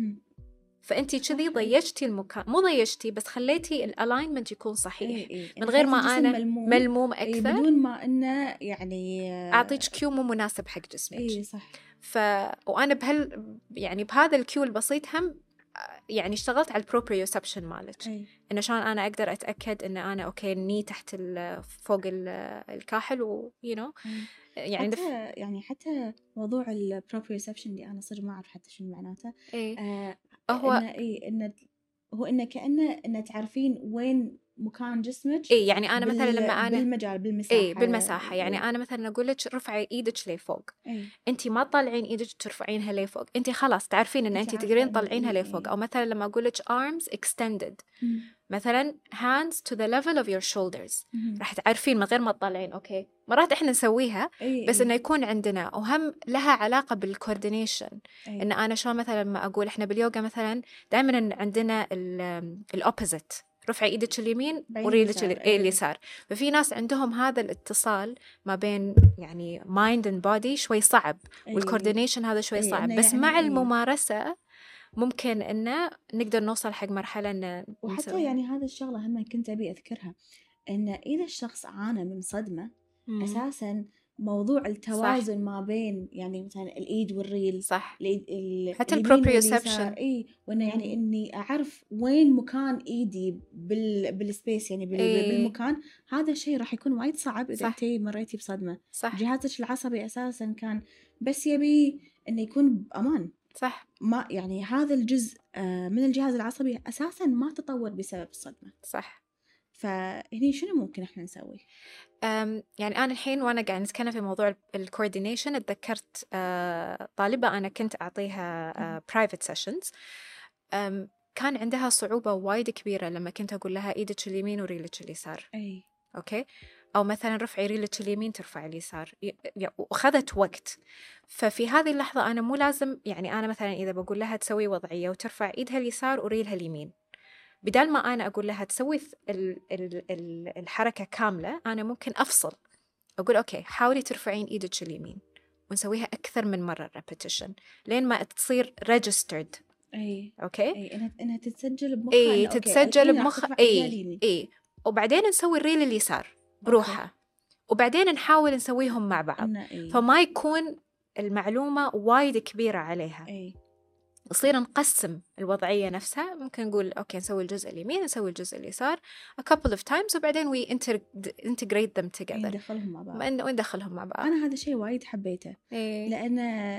فأنتي كذي ضيجتي المكان، مو ضيجتي بس خليتي الألاينمنت يكون صحيح. إيه إيه. من غير ما أنا ملموم, ملموم أكثر. إيه بدون ما أنه يعني أعطيك كيو مو مناسب حق جسمك. إيه صح. ف وأنا بهال يعني بهذا الكيو البسيط هم يعني اشتغلت على البروبريوسبشن مالك. إيه. إنه شلون أنا أقدر أتأكد إن أنا أوكي الني تحت فوق الكاحل و you know إيه. يعني حتى دف... يعني حتى موضوع البروبريوسبشن اللي أنا صدق ما أعرف حتى شنو معناته. إيه. آه هو إنه إيه إنه هو إنه كأنه إنه تعرفين وين مكان جسمك. إيه يعني أنا بال... مثلا لما أنا بالمجال بالمساحة. إيه بالمساحة يعني إيه. أنا مثلا أقول لك رفعي إيدك لفوق. إيه. أنتي ما تطلعين إيدك ترفعينها لفوق، أنتي خلاص تعرفين إن أنتي تقدرين تطلعينها إيه. لفوق. أو مثلا لما أقول لك arms extended م. مثلا hands to the level of your shoulders م. راح تعرفين من غير ما تطلعين. أوكي مرات إحنا نسويها إيه. بس إنه يكون عندنا وهم لها علاقة بالكوردينيشن. إيه. إن أنا شو مثلا لما أقول إحنا باليوغا مثلا دائما عندنا الأوبوزيت رفعي إيدك اليمين وريلك اليسار. ففي ناس عندهم هذا الاتصال ما بين يعني mind and body شوي صعب. أيه. والكوردينيشن هذا شوي صعب. أيه. بس يعني مع أيه. الممارسة ممكن إنه نقدر نوصل حق مرحلة إنه وحتى نسوي. يعني هذا الشغلة هم كنت أبي أذكرها إن إذا الشخص عانى من صدمة مم. أساساً موضوع التوازن صح. ما بين يعني مثلا الإيد والريل صح ال حتى البروبريوسبشن إيه وإنه يعني إني أعرف وين مكان إيدي بال بالسبيس يعني بال إيه. بالمكان هذا الشيء راح يكون وايد صعب إذا أنتي مريتي بصدمة. صح. جهازك العصبي أساساً كان بس يبي إنه يكون بأمان. صح. ما يعني هذا الجزء من الجهاز العصبي أساساً ما تطور بسبب الصدمة. صح. فهني شنو ممكن إحنا نسوي؟ أم يعني أنا الحين وأنا قاعد نتكلم في موضوع الكوردينيشن اتذكرت أه طالبة أنا كنت أعطيها أه private sessions. أم كان عندها صعوبة وايد كبيرة لما كنت أقول لها إيدك اليمين وريلك اليسار. أي. أوكي أو مثلا رفعي ريلك اليمين ترفعي اليسار وأخذت وقت. ففي هذه اللحظة أنا مو لازم يعني أنا مثلا إذا بقول لها تسوي وضعية وترفع إيدها اليسار وريلها اليمين بدل ما أنا أقول لها تسوي ال ال ال الحركة كاملة أنا ممكن أفصل أقول أوكي حاولي ترفعين إيدك اليمين ونسويها أكثر من مرة repetition لين ما تصير registered. أي. أوكي أي إنها إنها تتسجل بمخها. أي تتسجل بمخها. أي أي وبعدين نسوي الريل اليسار بروحها أوكي. وبعدين نحاول نسويهم مع بعض فما يكون المعلومة وايد كبيرة عليها. أي. نصير نقسم الوضعية نفسها ممكن نقول أوكي نسوي الجزء اليمين نسوي الجزء اليسار a couple of times وبعدين we integrate them together ندخلهم مع بعض وندخلهم مع بعض. أنا هذا الشيء وايد حبيته إيه. لأن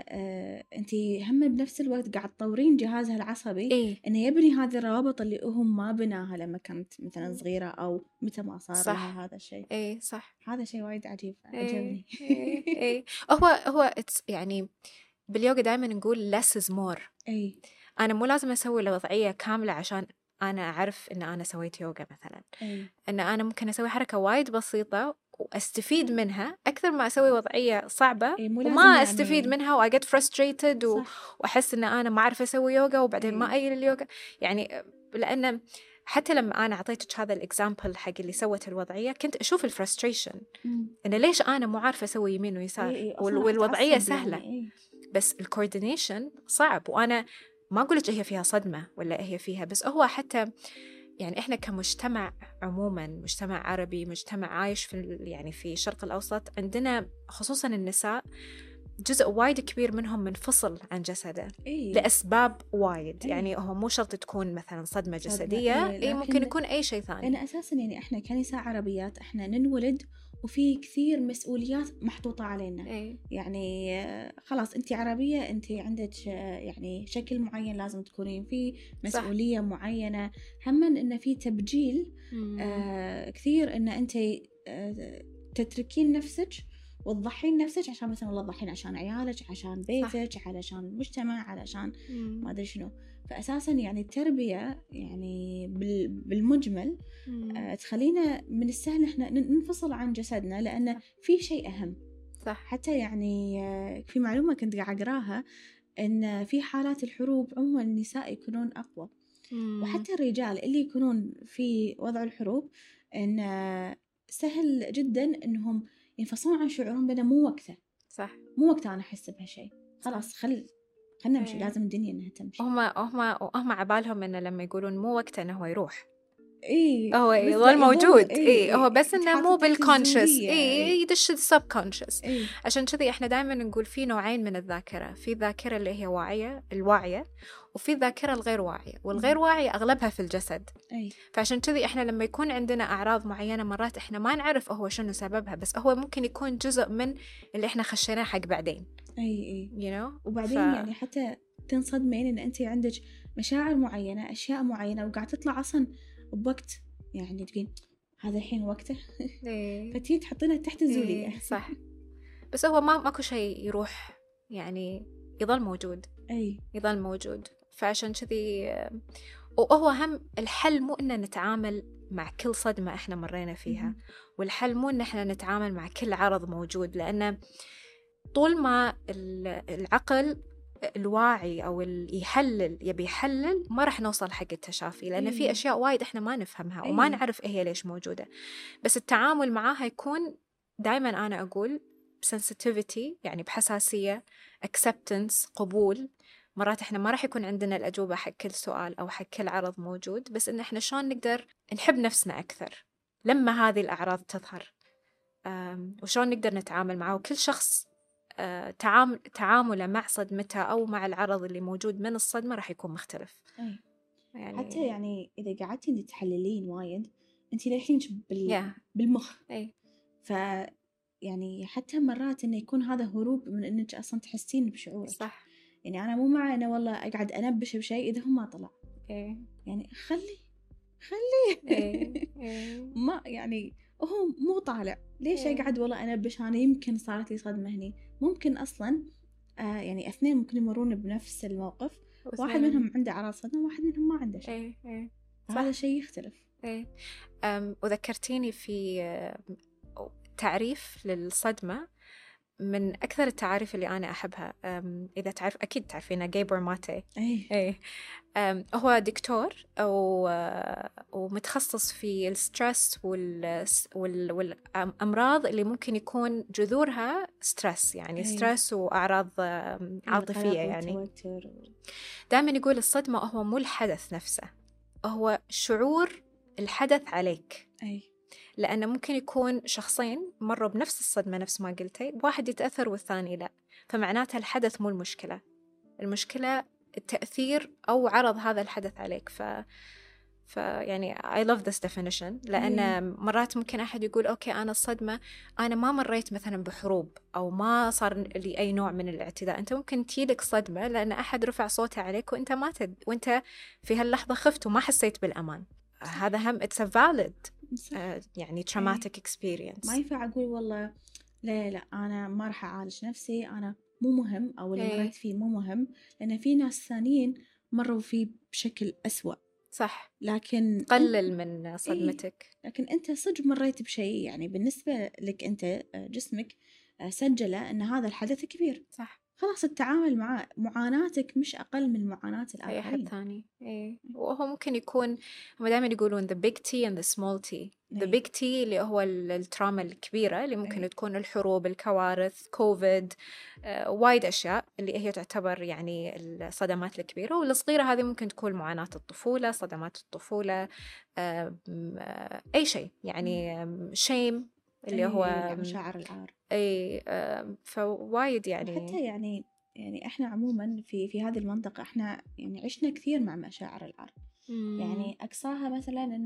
آه أنتي هم بنفس الوقت قاعد تطورين جهازها العصبي إيه. إنه يبني هذه الروابط اللي هم ما بناها لما كانت مثلا صغيرة أو متى ما صار صح. لها هذا الشيء. إيه صح هذا شيء وايد عجيب عجبني. إيه. إيه. هو هو يعني باليوغا دائما نقول less is more. أي. أنا مو لازم أسوي الوضعية كاملة عشان أنا أعرف إن أنا سويت يوغا مثلا. أي. إن أنا ممكن أسوي حركة وايد بسيطة وأستفيد منها أكثر ما أسوي وضعية صعبة أي وما يعني أستفيد منها و I get frustrated و... وأحس إن أنا ما أعرف أسوي يوغا وبعدين أي. ما أيل اليوغا يعني لأن حتى لما أنا أعطيتك هذا الإكزامبل حق اللي سوت الوضعية كنت أشوف الفرستريشن إن ليش أنا مو عارفة أسوي يمين ويسار. أي. والوضعية سهلة يعني. بس الكوردينيشن صعب. وأنا ما أقولك هي فيها صدمة ولا هي فيها بس هو حتى يعني إحنا كمجتمع عموما مجتمع عربي مجتمع عايش في يعني في الشرق الأوسط عندنا خصوصا النساء جزء وايد كبير منهم منفصل عن جسده. إيه؟ لأسباب وايد. إيه؟ يعني هو مو شرط تكون مثلا صدمة جسدية. إيه؟ إيه ممكن يكون أي شيء ثاني. أنا أساسا يعني إحنا كنساء عربيات إحنا ننولد وفي كثير مسؤوليات محطوطة علينا. إيه. يعني خلاص أنت عربية، أنت عندك يعني شكل معين لازم تكونين فيه، مسؤولية صح. معينة. هم إن في تبجيل آه كثير، إن أنت آه تتركين نفسك وتضحين نفسك عشان مثلا والله تضحين عشان عيالك، عشان بيتك، صح. علشان المجتمع، علشان ما أدري شنو. فأساسا يعني التربية يعني بالمجمل آه تخلينا من السهل إحنا ننفصل عن جسدنا، لأن في شيء أهم. صح. حتى يعني آه في معلومة كنت قاعد أقراها إن في حالات الحروب عموما النساء يكونون أقوى. مم. وحتى الرجال اللي يكونون في وضع الحروب إن آه سهل جدا إنهم ينفصلون عن شعورهم، بأنه مو وقته. صح. مو وقته أنا أحس بهالشيء، خلاص خل خلنا نمشي. إيه. لازم الدنيا إنها تمشي. هم هم هم عبالهم إنه لما يقولون مو وقته إنه هو يروح. إيه هو يظل موجود. إيه, إيه هو بس إنه مو بالكونشس. إيه, إيه يدش السب كونشس. إيه. عشان كذي إحنا دائما نقول في نوعين من الذاكرة، في الذاكرة اللي هي واعية الواعية، وفي الذاكرة الغير واعية، والغير واعية أغلبها في الجسد. أي. فعشان كذي إحنا لما يكون عندنا أعراض معينة مرات إحنا ما نعرف هو شنو سببها، بس هو ممكن يكون جزء من اللي إحنا خشيناه حق بعدين. أي أي. you know؟ وبعدين ف... يعني حتى تنصدمين إن أنت عندك مشاعر معينة، أشياء معينة، وقاعد تطلع أصلا بوقت يعني تقولين هذا الحين وقته. فتي تحطينها تحت الزولية. إيه صح. بس هو ما ماكو شيء يروح، يعني يظل موجود. أي يظل موجود. فعشان كذي وهو هم الحل مو إن نتعامل مع كل صدمة إحنا مرينا فيها، م- والحل مو إن إحنا نتعامل مع كل عرض موجود، لأن طول ما العقل الواعي أو اللي يحلل يبي يحلل ما راح نوصل حق التشافي، لأن في أشياء وايد إحنا ما نفهمها وما نعرف إيه هي ليش موجودة. بس التعامل معاها يكون دايما أنا أقول sensitivity، يعني بحساسية، acceptance، قبول. مرات إحنا ما راح يكون عندنا الأجوبة حق كل سؤال أو حق كل عرض موجود، بس إن إحنا شلون نقدر نحب نفسنا أكثر لما هذه الأعراض تظهر، وشلون نقدر نتعامل معه. وكل شخص تعامل تعامله مع صدمته أو مع العرض اللي موجود من الصدمة راح يكون مختلف. أي. يعني حتى يعني إذا قعدتي تحللين وايد أنتي للحين بال... yeah. بالمخ. أي. ف يعني حتى مرات إنه يكون هذا هروب من إنك أصلا تحسين بشعورك. صح. يعني أنا مو مع إنه والله أقعد أنبش بشيء إذا هو ما طلع. إيه. يعني خلي خلي إيه. إيه. ما يعني هو مو طالع ليش إيه. أقعد والله أنبش أنا يمكن صارت لي صدمة هني. ممكن أصلا آه يعني اثنين ممكن يمرون بنفس الموقف، واحد منهم عنده أعراض صدمة وواحد منهم ما عنده شيء. إيه. إيه. هذا شيء يختلف. إيه. أم وذكرتيني في تعريف للصدمة من أكثر التعاريف اللي أنا أحبها. إذا تعرف أكيد تعرفينه جابر ماتي. أي. أي. هو دكتور أو ومتخصص في الستريس وال والأمراض اللي ممكن يكون جذورها ستريس، يعني أي. ستريس وأعراض عاطفية. يعني دائما يقول الصدمة هو مو الحدث نفسه، هو شعور الحدث عليك. أي. لأنه ممكن يكون شخصين مروا بنفس الصدمة نفس ما قلتي، واحد يتأثر والثاني لا، فمعناتها الحدث مو المشكلة، المشكلة التأثير أو عرض هذا الحدث عليك. ف... ف يعني I love this definition، لأن مرات ممكن أحد يقول أوكي أنا الصدمة أنا ما مريت مثلا بحروب أو ما صار لي أي نوع من الاعتداء. أنت ممكن تجيلك صدمة لأن أحد رفع صوته عليك وأنت ما تد... وأنت في هاللحظة خفت وما حسيت بالأمان. هذا هم it's a valid uh, يعني traumatic experience. ما ينفع أقول والله لا لا أنا ما راح أعالج نفسي، أنا مو مهم، أو اللي مريت فيه مو مهم، لأن في ناس ثانيين مروا فيه بشكل أسوأ. صح. لكن قلل من صدمتك. إيه؟ لكن أنت صدق مريت بشيء يعني بالنسبة لك أنت جسمك سجله أن هذا الحدث كبير. صح. خلاص التعامل مع معاناتك مش أقل من معاناة الآخرين. أي أحد ثاني. إيه. وهو ممكن يكون هم دائما يقولون the big T and the small T. the big T اللي هو التراما الكبيرة اللي ممكن أي. تكون الحروب، الكوارث، كوفيد، آه، وايد أشياء اللي هي تعتبر يعني الصدمات الكبيرة. والصغيرة هذه ممكن تكون معاناة الطفولة، صدمات الطفولة، آه، آه، أي شيء يعني شيم اللي هو مشاعر العار. اي فوايد يعني. حتى يعني يعني احنا عموما في في هذه المنطقة احنا يعني عشنا كثير مع مشاعر العار. مم. يعني اقصاها مثلا ان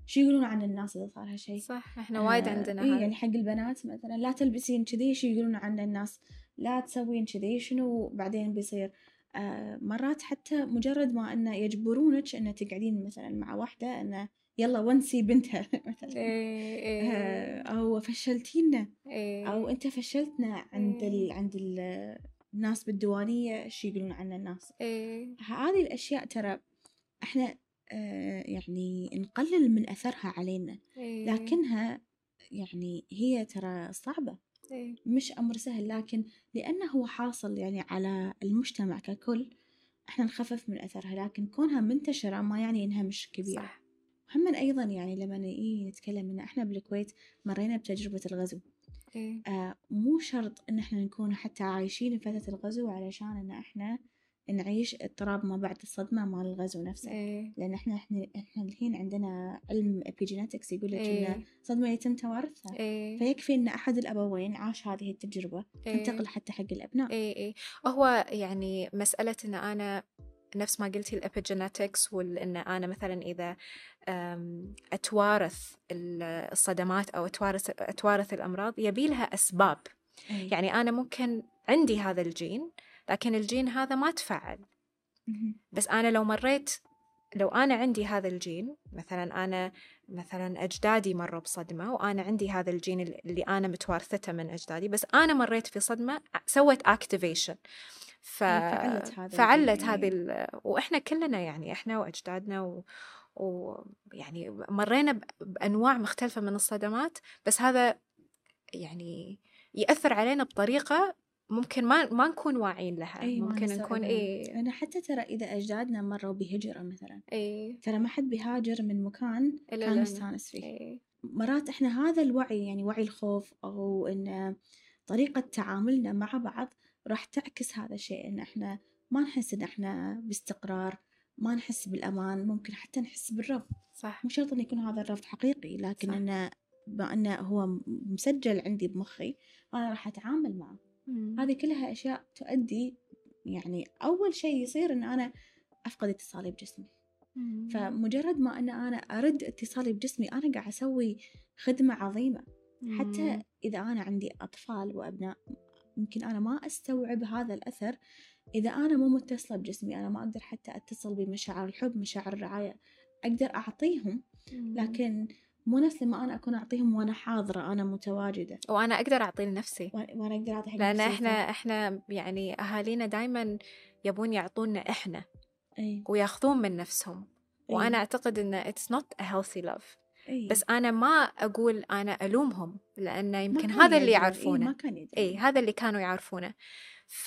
شو يقولون عن الناس إذا صار هالشيء. صح، إحنا وايد عندنا إيه هذا. يعني حق البنات مثلا لا تلبسين كذي، شو يقولون عن الناس، لا تسوين كذي، شنو بعدين بيصير. آه مرات حتى مجرد ما إنه يجبرونك إنه تقعدين مثلا مع واحدة إنه يلا ونسي بنتها مثلا، إيه إيه آه أو فشلتينا، إيه أو أنت فشلتنا عند ال إيه عند ال الناس بالديوانية، شو يقولون عن الناس. إيه هذه الأشياء ترى إحنا آه يعني نقلل من أثرها علينا، إيه لكنها يعني هي ترى صعبة، إيه مش أمر سهل، لكن لأنه هو حاصل يعني على المجتمع ككل إحنا نخفف من أثرها، لكن كونها منتشرة ما يعني إنها مش كبيرة. صح. هم أيضا يعني لما نيجي نتكلم إن إحنا بالكويت مرينا بتجربة الغزو، إيه آه مو شرط إن إحنا نكون حتى عايشين فترة الغزو علشان إن إحنا نعيش اضطراب ما بعد الصدمة مال الغزو نفسه. إيه لأن إحنا إحنا إحنا الحين عندنا علم epigenetics يقول لك إن إيه صدمة يتم توارثها، إيه فيكفي إن أحد الأبوين عاش هذه التجربة تنتقل إيه حتى حق الأبناء. إيه إيه هو يعني مسألة إن أنا نفس ما قلتي الابيجينetics، وإن أنا مثلا إذا أم، أتوارث الصدمات أو أتوارث أتوارث الأمراض، يبي لها أسباب. أي. يعني أنا ممكن عندي هذا الجين، لكن الجين هذا ما تفعل. مهم. بس أنا لو مريت، لو أنا عندي هذا الجين، مثلا أنا مثلا أجدادي مروا بصدمة وأنا عندي هذا الجين اللي أنا متوارثته من أجدادي، بس أنا مريت في صدمة سوت activation، ف... فعلت هذا فعلت الجين. هذه ال... وإحنا كلنا يعني إحنا وأجدادنا و... ويعني مرينا ب... بأنواع مختلفة من الصدمات، بس هذا يعني يأثر علينا بطريقة ممكن ما ما نكون واعيين لها. أي ما ممكن نكون إيه لأن حتى ترى إذا أجدادنا مروا بهجرة مثلا، إيه ترى ما حد بيهاجر من مكان إلا كان لنا. مستانس فيه. إيه مرات إحنا هذا الوعي يعني وعي الخوف أو إن طريقة تعاملنا مع بعض راح تعكس هذا الشيء، إن إحنا ما نحس إن إحنا باستقرار، ما نحس بالأمان، ممكن حتى نحس بالرفض. صح مو شرط إن يكون هذا الرفض حقيقي، لكن صح. إنه بما إنه هو مسجل عندي بمخي أنا راح أتعامل معه. مم. هذه كلها أشياء تؤدي يعني أول شيء يصير إن أنا أفقد اتصالي بجسمي. مم. فمجرد ما أن أنا أرد اتصالي بجسمي أنا قاعد أسوي خدمة عظيمة. حتى مم. إذا أنا عندي أطفال وأبناء يمكن أنا ما أستوعب هذا الأثر إذا أنا مو متصلة بجسمي. أنا ما أقدر حتى أتصل بمشاعر الحب، مشاعر الرعاية، أقدر أعطيهم مم. لكن مو نفس لما أنا أكون أعطيهم وأنا حاضرة، أنا متواجدة، وأنا أقدر أعطي لنفسي، وأنا وأنا أقدر أعطي حق لأن نفسي. إحنا إحنا يعني أهالينا دايما يبون يعطونا إحنا أي. وياخذون من نفسهم. أي. وأنا أعتقد إن it's not a healthy love. أي. بس أنا ما أقول أنا ألومهم، لأن يمكن ما كان هذا اللي يدرون. يعرفونه. إيه ما كان يدرون. إيه هذا اللي كانوا يعرفونه. ف...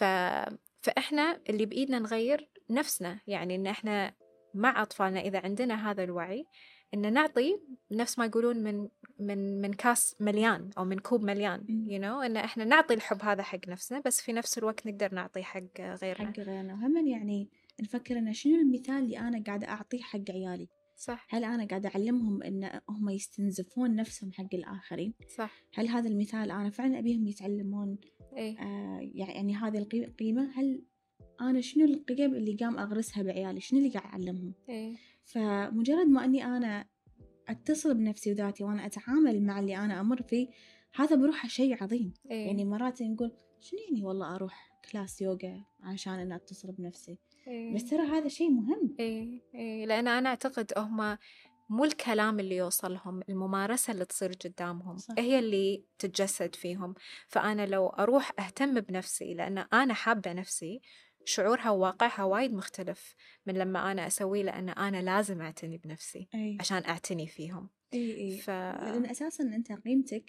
فإحنا اللي بإيدنا نغير نفسنا، يعني إن إحنا مع أطفالنا إذا عندنا هذا الوعي إن نعطي نفس ما يقولون من من من كاس مليان أو من كوب مليان، م. you know إن إحنا نعطي الحب هذا حق نفسنا، بس في نفس الوقت نقدر نعطي حق غيرنا. حق غيرنا. وهم يعني نفكر إن شنو المثال اللي أنا قاعدة أعطيه حق عيالي. صح هل أنا قاعدة أعلمهم إن هم يستنزفون نفسهم حق الآخرين؟ صح. هل هذا المثال أنا فعلا أبيهم يتعلمون إيه آه يعني هذه القيمة؟ هل أنا شنو القيم اللي قام أغرسها بعيالي؟ شنو اللي قاعد أعلمهم؟ إيه فمجرد ما أني أنا أتصل بنفسي وذاتي وأنا أتعامل مع اللي أنا أمر فيه، هذا بروحه شيء عظيم. إيه. يعني مرات نقول شنو يعني والله أروح كلاس يوغا عشان أنا أتصل بنفسي. إيه. بس ترى هذا شيء مهم. إيه إيه لأن أنا أعتقد هم مو الكلام اللي يوصلهم، الممارسة اللي تصير قدامهم صح. هي اللي تتجسد فيهم. فأنا لو أروح أهتم بنفسي لأن أنا حابة نفسي، شعورها وواقعها وايد مختلف من لما أنا أسوي لأن أنا لازم أعتني بنفسي أي. عشان أعتني فيهم. أي أي. ف... لأن أساساً أنت قيمتك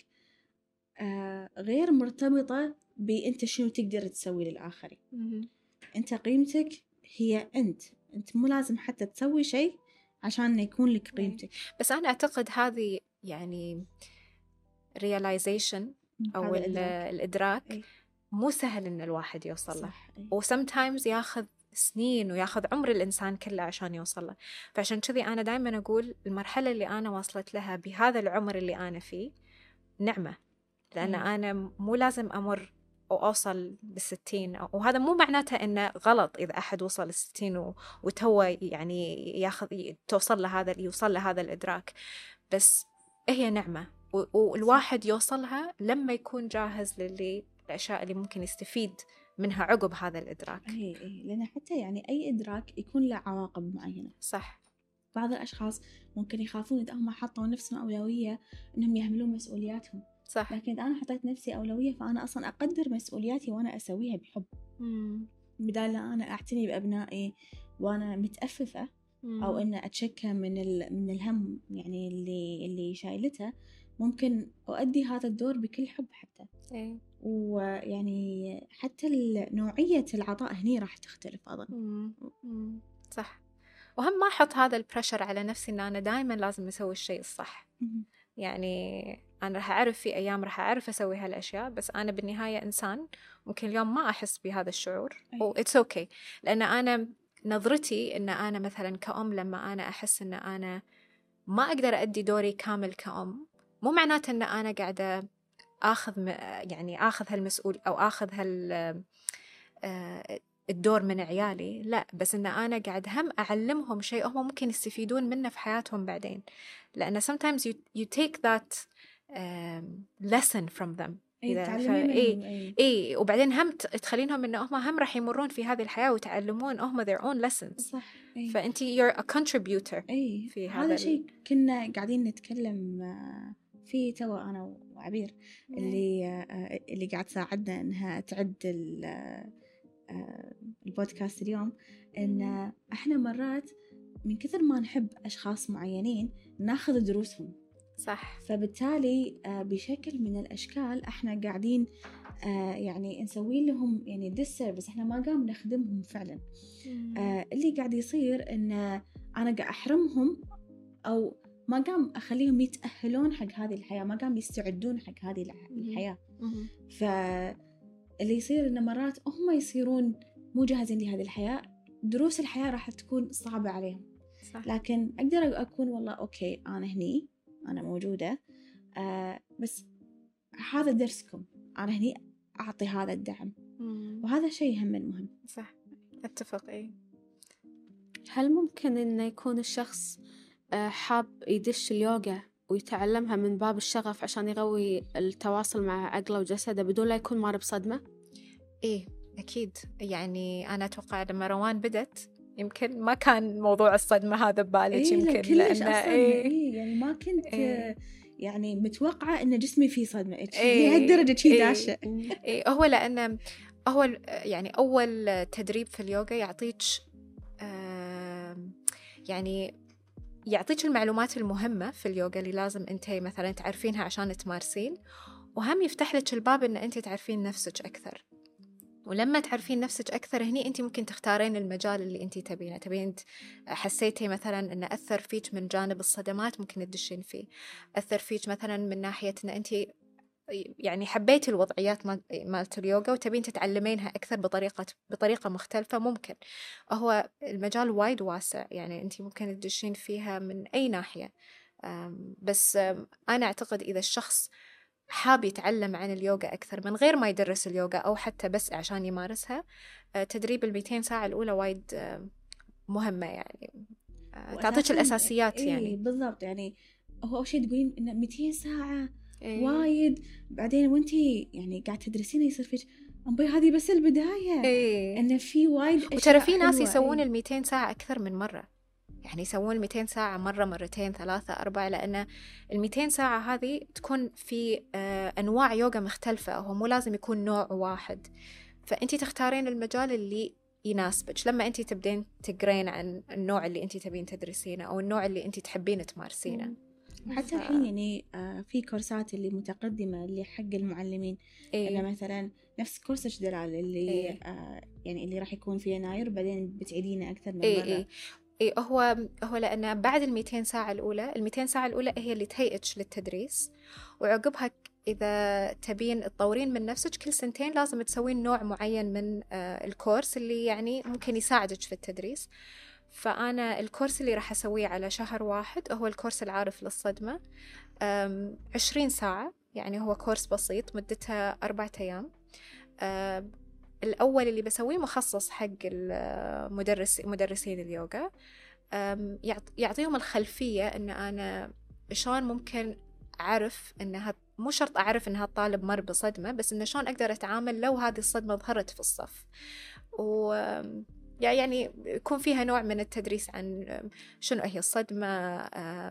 آه غير مرتبطة بأنت شنو تقدر تسوي للآخرين. م- أنت قيمتك هي أنت أنت مو لازم حتى تسوي شيء عشان يكون لك قيمتك. بس أنا أعتقد هذه يعني realization أو هذا ال- الإدراك. الإدراك أي. مو سهل إن الواحد يوصل له، صح. أي. و sometimes ياخذ سنين وياخذ عمر الإنسان كله عشان يوصل له. فعشان كذي أنا دايما أقول المرحلة اللي أنا وصلت لها بهذا العمر اللي أنا فيه نعمة، لأن أي. أنا مو لازم أمر وأوصل للستين، وهذا مو معناته إنه غلط إذا أحد وصل للستين وتوه يعني ياخذ توصل لهذا يوصل لهذا الإدراك، بس هي نعمة والواحد يوصلها لما يكون جاهز للي الأشياء اللي ممكن يستفيد منها عقب هذا الإدراك. إيه إيه، لأن حتى يعني أي إدراك يكون له عواقب معينة. صح. بعض الأشخاص ممكن يخافون إذا هم حطوا نفسهم أولوية إنهم يحملون مسؤولياتهم. صح. لكن إذا أنا حطيت نفسي أولوية فأنا أصلا أقدر مسؤولياتي وأنا أسويها بحب. مم. بدال لا أنا أعتني بأبنائي وأنا متأففة مم. أو إن أتشكى من من الهم يعني اللي اللي شايلته، ممكن أؤدي هذا الدور بكل حب حتى. إيه. ويعني حتى نوعية العطاء هني راح تختلف أظن. مم. مم. صح. وهم ما أحط هذا البريشر على نفسي إن أنا دائما لازم أسوي الشيء الصح. مم. يعني أنا راح أعرف في أيام راح أعرف أسوي هالأشياء، بس أنا بالنهاية إنسان ممكن اليوم ما أحس بهذا الشعور و it's okay، لأن أنا نظرتي إن أنا مثلا كأم لما أنا أحس إن أنا ما أقدر أدي دوري كامل كأم، مو معناته إن أنا قاعدة أخذ م... يعني أخذ هالمسؤول أو أخذ هال الدور من عيالي، لا، بس إن أنا قاعد هم أعلمهم شيء هم ممكن يستفيدون منه في حياتهم بعدين، لأن sometimes you, you take that um, lesson from them. إيه ف... تعلمين إيه منهم. إيه. إيه وبعدين هم تخلينهم إن هم هم راح يمرون في هذه الحياة ويتعلمون هم their own lessons. صح. إيه. فأنتي you're a contributor. إيه. في هذا هذا شيء كنا قاعدين نتكلم فيه توا أنا وعبير اللي اللي قاعد تساعدنا إنها تعد البودكاست اليوم، إن إحنا مرات من كثر ما نحب أشخاص معينين ناخذ دروسهم. صح. فبالتالي بشكل من الأشكال إحنا قاعدين يعني نسوي لهم يعني disservice، إحنا ما قام نخدمهم فعلا. اللي قاعد يصير إن أنا قاعد أحرمهم أو ما قام أخليهم يتأهلون حق هذه الحياة، ما قام يستعدون حق هذه الحياة. فاللي يصير إن مرات هم يصيرون مو جاهزين لهذه الحياة، دروس الحياة راح تكون صعبة عليهم. صح. لكن أقدر أكون والله أوكي أنا هني، أنا موجودة، آه بس هذا درسكم، أنا هني أعطي هذا الدعم. مم. وهذا شيء هم مهم. صح، أتفق. إيه. هل ممكن إنه يكون الشخص حاب يدش اليوغا ويتعلمها من باب الشغف عشان يقوي التواصل مع عقله وجسده بدون لا يكون مار بصدمة؟ إيه أكيد. يعني أنا أتوقع لما روان بدت يمكن ما كان موضوع الصدمة هذا ببالك. إيه يمكن كلش لأن أصلاً إيه إيه يعني ما كنت إيه يعني متوقعة إن جسمي فيه صدمة إيه لهالدرجة شي إيه داشة. إيه هو لأن هو يعني أول تدريب في اليوغا يعطيك آه يعني يعطيك المعلومات المهمة في اليوغا اللي لازم أنت مثلا تعرفينها عشان تمارسين، وهم يفتح لك الباب إن أنت تعرفين نفسك أكثر. ولما تعرفين نفسك أكثر هني أنت ممكن تختارين المجال اللي أنت تبينه. تبين حسيتي مثلا أن أثر فيك من جانب الصدمات ممكن تدشين فيه، أثر فيك مثلا من ناحية أن أنت يعني حبيتي الوضعيات مالت اليوغا وتبين تتعلمينها أكثر بطريقة بطريقة مختلفة، ممكن. هو المجال وايد واسع، يعني أنت ممكن تدشين فيها من أي ناحية. بس أنا أعتقد إذا الشخص حاب يتعلم عن اليوغا أكثر من غير ما يدرس اليوغا أو حتى بس عشان يمارسها، تدريب الميتين ساعة الأولى وايد مهمة، يعني تعطيك الأساسيات. إيه يعني بالضبط. يعني هو أول شيء تقولين إن مئتين ساعة إيه. وايد، بعدين وانتي يعني قاعد تدرسين يصير فيك أمبي هذه بس البداية. إيه. إن في وايد أشياء وترى في ناس حلوة. يسوون إيه. الميتين ساعة أكثر من مرة، يعني يسوون الميتين ساعة مرة مرتين ثلاثة أربعة، لأن الميتين ساعة هذه تكون في آه أنواع يوغا مختلفة، هو مو لازم يكون نوع واحد. فأنتي تختارين المجال اللي يناسبك لما أنتي تبدين تقرين عن النوع اللي أنتي تبين تدرسينه أو النوع اللي أنتي تحبين تمارسينه. حتى الحين يعني آه في كورسات اللي متقدمة اللي حق المعلمين. إيه. إنه مثلا نفس كورس دلال اللي إيه. آه يعني اللي راح يكون في يناير، بعدين بتعيدينه أكثر من إيه مرة. إيه. إيه هو هو لأن بعد الميتين ساعة الأولى، الميتين ساعة الأولى هي اللي تهيئك للتدريس، وعقبها إذا تبين تطورين من نفسك كل سنتين لازم تسوين نوع معين من آه الكورس اللي يعني ممكن يساعدك في التدريس. فأنا الكورس اللي راح أسويه على شهر واحد هو الكورس العارف للصدمة، عشرين ساعة، يعني هو كورس بسيط مدتها أربعة أيام. آه الأول اللي بسويه مخصص حق المدرس مدرسين اليوغا، يعطيهم الخلفية إن أنا شلون ممكن أعرف إنها مو شرط أعرف إن هالطالب مر بصدمة، بس إنه شلون أقدر أتعامل لو هذه الصدمة ظهرت في الصف. و يعني يكون فيها نوع من التدريس عن شنو هي الصدمة،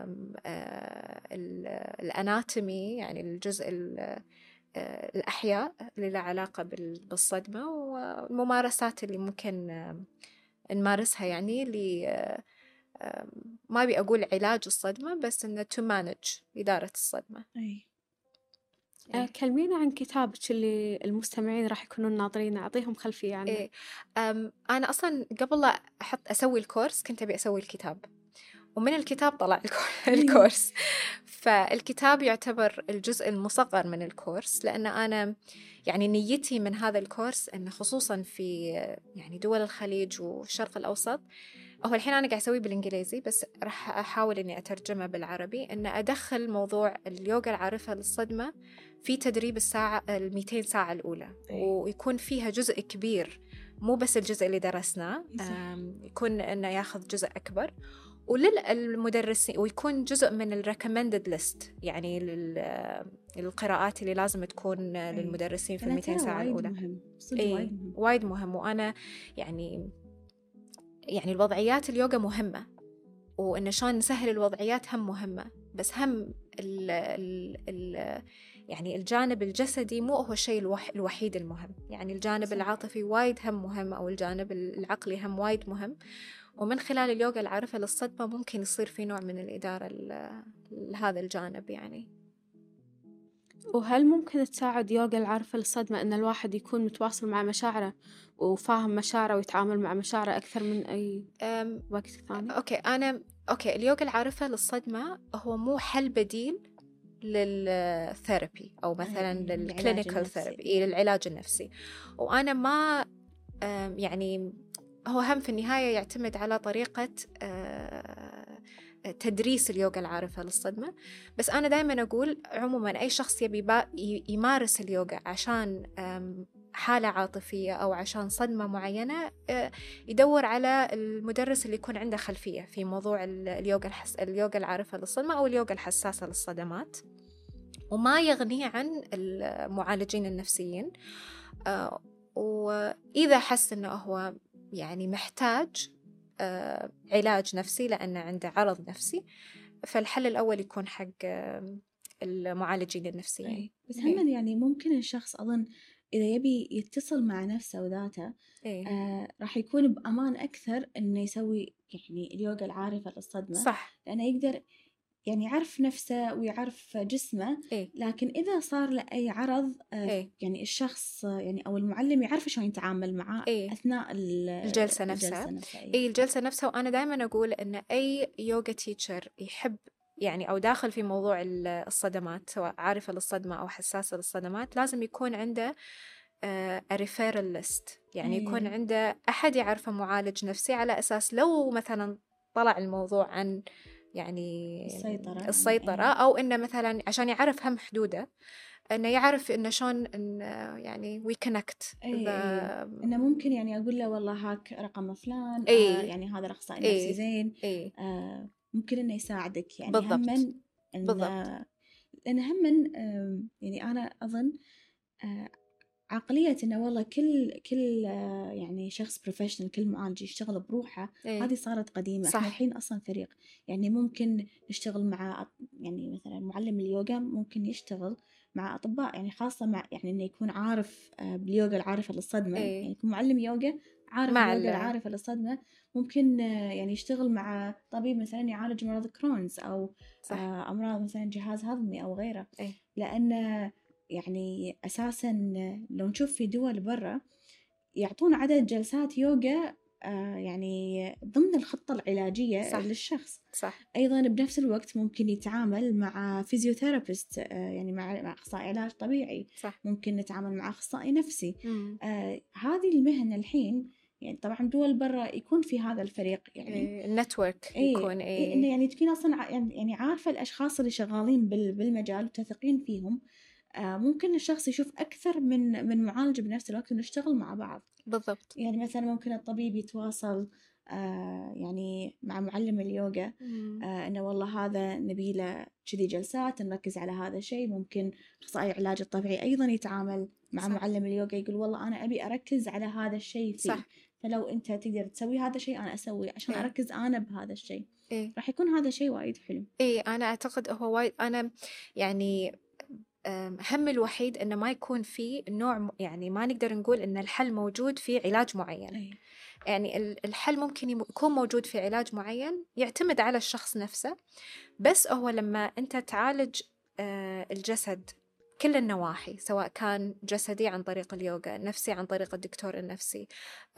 الأناتومي يعني الجزء الأحياء اللي له علاقة بالصدمة، والممارسات اللي ممكن نمارسها يعني اللي ما أبي أقول علاج الصدمة، بس إنه to manage إدارة الصدمة. أي. أه كلمينا عن كتابك اللي المستمعين راح يكونون ناظرين، أعطيهم خلفية عنه. إيه. أنا أصلاً قبل لا أحط أسوي الكورس كنت أبي أسوي الكتاب، ومن الكتاب طلع الكورس. فالكتاب يعتبر الجزء المصغر من الكورس، لأن أنا يعني نيتي من هذا الكورس أنه خصوصاً في يعني دول الخليج والشرق الأوسط، هو الحين أنا قاعد أسويه بالإنجليزي بس راح أحاول أني أترجمه بالعربي، أن أدخل موضوع اليوغا العارفة للصدمة في تدريب الساعة الميتين ساعة الأولى، ويكون فيها جزء كبير مو بس الجزء اللي درسناه، يكون أنه ياخذ جزء أكبر، وللمدرسين، ويكون جزء من الريكومندد ليست، يعني القراءات اللي لازم تكون للمدرسين في الميتين ساعة الأولى. مهم. إيه وايد مهم. وايد مهم. وأنا يعني يعني الوضعيات اليوغا مهمة، وإن شلون نسهل الوضعيات هم مهمة، بس هم ال ال ال يعني الجانب الجسدي مو هو الشيء الوح الوحيد المهم، يعني الجانب صح. العاطفي وايد هم مهم، أو الجانب العقلي هم وايد مهم. ومن خلال اليوغا العارفة للصدمة ممكن يصير في نوع من الإدارة لهذا الجانب يعني. وهل ممكن تساعد يوغا العارفة للصدمة أن الواحد يكون متواصل مع مشاعره وفاهم مشاعره ويتعامل مع مشاعره أكثر من أي وقت ثاني؟ أوكي أنا أوكي اليوغا العارفة للصدمة هو مو حل بديل للثيرابي أو مثلا للكلينيكال ثيرابي، للعلاج النفسي. وأنا ما يعني هو هم في النهاية يعتمد على طريقة تدريس اليوغا العارفة للصدمة. بس أنا دايما أقول عموما أي شخص يبي يمارس اليوغا عشان حالة عاطفية أو عشان صدمة معينة، يدور على المدرس اللي يكون عنده خلفية في موضوع اليوغا الحس... اليوغا العارفة للصدمة أو اليوغا الحساسة للصدمات، وما يغني عن المعالجين النفسيين. وإذا حس أنه هو يعني محتاج علاج نفسي لأنه عنده عرض نفسي، فالحل الأول يكون حق المعالجين النفسيين. بس هم يعني ممكن الشخص أظن إذا يبي يتصل مع نفسه وذاته آه راح يكون بأمان أكثر إنه يسوي يعني اليوغا العارفة للصدمة، صح، لأنه يقدر يعني يعرف نفسه ويعرف جسمه. إيه؟ لكن إذا صار له أي عرض آه إيه؟ يعني الشخص يعني أو المعلم يعرف شلون يتعامل معه إيه؟ أثناء الجلسة نفسها. الجلسة نفسها. إيه؟ إيه الجلسة نفسها. وأنا دائما أقول إن أي يوغا تيتشر يحب يعني أو داخل في موضوع الصدمات، سواء عارفة للصدمة أو حساسة للصدمات، لازم يكون عنده ريفيرال ليست، يعني أيه. يكون عنده أحد يعرفه معالج نفسي، على أساس لو مثلا طلع الموضوع عن يعني السيطرة, السيطرة يعني. أو إنه مثلا عشان يعرف هم حدوده، إنه يعرف إنه شون إن يعني we connect. أيه أيه. إنه ممكن يعني أقول له والله هاك رقم فلان، أيه. آه يعني هذا الأخصائي أيه. نفسي زين، أيه. آه ممكن إنه يساعدك يعني. بالضبط. همن بالضبط. لأن همن آه يعني أنا أظن آه عقلية إنه والله كل كل آه يعني شخص بروفيشنال، كل معالج يشتغل بروحه. إيه. هذه صارت قديمة. إحنا الحين أصلا فريق، يعني ممكن نشتغل مع يعني مثلا معلم اليوغا ممكن يشتغل مع أطباء، يعني خاصة مع يعني إنه يكون عارف آه باليوغا العارفة للصدمة. إيه. يعني يكون معلم يوغا عارف مع اليوغا العارفة للصدمة. ممكن آه يعني يشتغل مع طبيب مثلا يعالج مرض كرونز أو آه أمراض مثلا جهاز هضمي أو غيره. إيه. لأن يعني أساساً لو نشوف في دول برا يعطون عدد جلسات يوغا آه يعني ضمن الخطة العلاجية. صح. للشخص. صح. أيضاً بنفس الوقت ممكن يتعامل مع فيزيوثيرابيست، آه يعني مع, مع أخصائي علاج طبيعي. صح. ممكن نتعامل مع أخصائي نفسي. آه هذه المهنة الحين يعني طبعاً دول برا يكون في هذا الفريق يعني النتورك إيه يكون إيه إيه يعني تكون أصلاً يعني عارفة الأشخاص اللي شغالين بالمجال وتثقين فيهم. آه ممكن الشخص يشوف أكثر من من معالج بنفس الوقت ونشتغل مع بعض. بالضبط. يعني مثلا ممكن الطبيب يتواصل آه يعني مع معلم اليوغا، آه إنه والله هذا نبيله كذي جلسات نركز على هذا الشيء. ممكن أخصائي العلاج الطبيعي أيضا يتعامل مع صح. معلم اليوغا، يقول والله أنا أبي أركز على هذا الشيء فيه، صح. فلو أنت تقدر تسوي هذا الشيء أنا أسوي عشان إيه. أركز أنا بهذا الشيء. إيه. راح يكون هذا شيء وايد حلو. إيه أنا أعتقد هو وايد. أنا يعني هم الوحيد إنه ما يكون في نوع، يعني ما نقدر نقول إن الحل موجود في علاج معين. أي. يعني الحل ممكن يكون موجود في علاج معين يعتمد على الشخص نفسه، بس هو لما أنت تعالج الجسد كل النواحي، سواء كان جسدي عن طريق اليوغا، نفسي عن طريق الدكتور النفسي،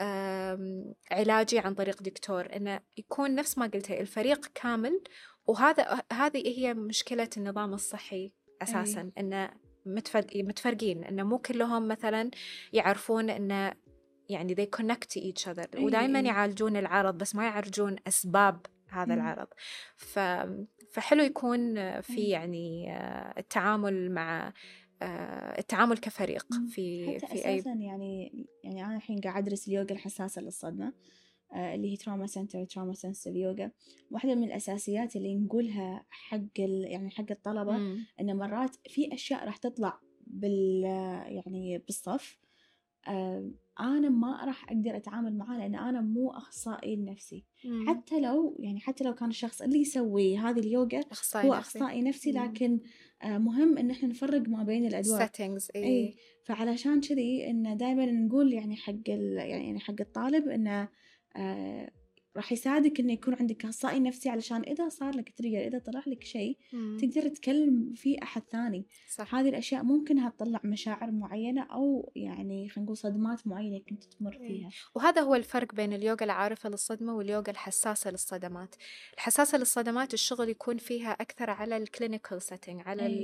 علاجي عن طريق دكتور، إنه يكون نفس ما قلت الفريق كامل. وهذا هذه هي مشكلة النظام الصحي أساساً. أي. إنه متفرق متفرقين، إنه مو كلهم مثلاً يعرفون إنه يعني they connect to each other. أي. ودائماً أي. يعالجون العرض بس ما يعالجون أسباب هذا مم. العرض. ف فحلو يكون في يعني التعامل مع التعامل كفريق في حتى في أساساً أي... يعني يعني أنا الحين قاعد أدرس اليوغا الحساسة للصدمة اللي هي تراما سنتر تراما سنسيتيف يوغا. واحدة من الأساسيات اللي نقولها حق ال... يعني حق الطلبة مم. إن مرات في أشياء راح تطلع بال يعني بالصف آه أنا ما راح أقدر أتعامل معاه لأن أنا مو أخصائي نفسي. مم. حتى لو يعني حتى لو كان الشخص اللي يسوي هذه اليوغا أخصائي هو نفسي. أخصائي نفسي، مم. لكن آه مهم إن إحنا نفرق ما بين الأدوار. settings. إيه. أي فعلشان كذي إن دائما نقول يعني حق ال يعني حق الطالب إنه آه راح يساعدك إنه يكون عندك أخصائي نفسي، علشان إذا صار لك تريجر، إذا طلع لك شيء تقدر تتكلم فيه أحد ثاني. صح. هذه الأشياء ممكنها تطلع مشاعر معينة أو يعني خلينا نقول صدمات معينة كنت تمر فيها. وهذا هو الفرق بين اليوغا العارفة للصدمة واليوغا الحساسة للصدمات. الحساسة للصدمات الشغل يكون فيها أكثر على الكلينيكال سيتنج، على ال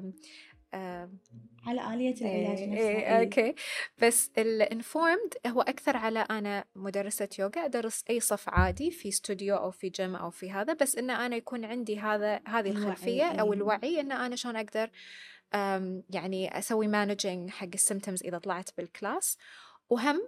آه على آلية العلاج إيه نفسها. إيه أوكي. بس الانفورمد هو أكثر على أنا مدرسة يوغا أدرس أي صف عادي في استوديو أو في جيم أو في هذا، بس إن أنا يكون عندي هذا هذه الخلفية أو الوعي إن أنا شلون أقدر يعني أسوي مانجينج حق السيمتومز إذا طلعت بالكلاس. وهم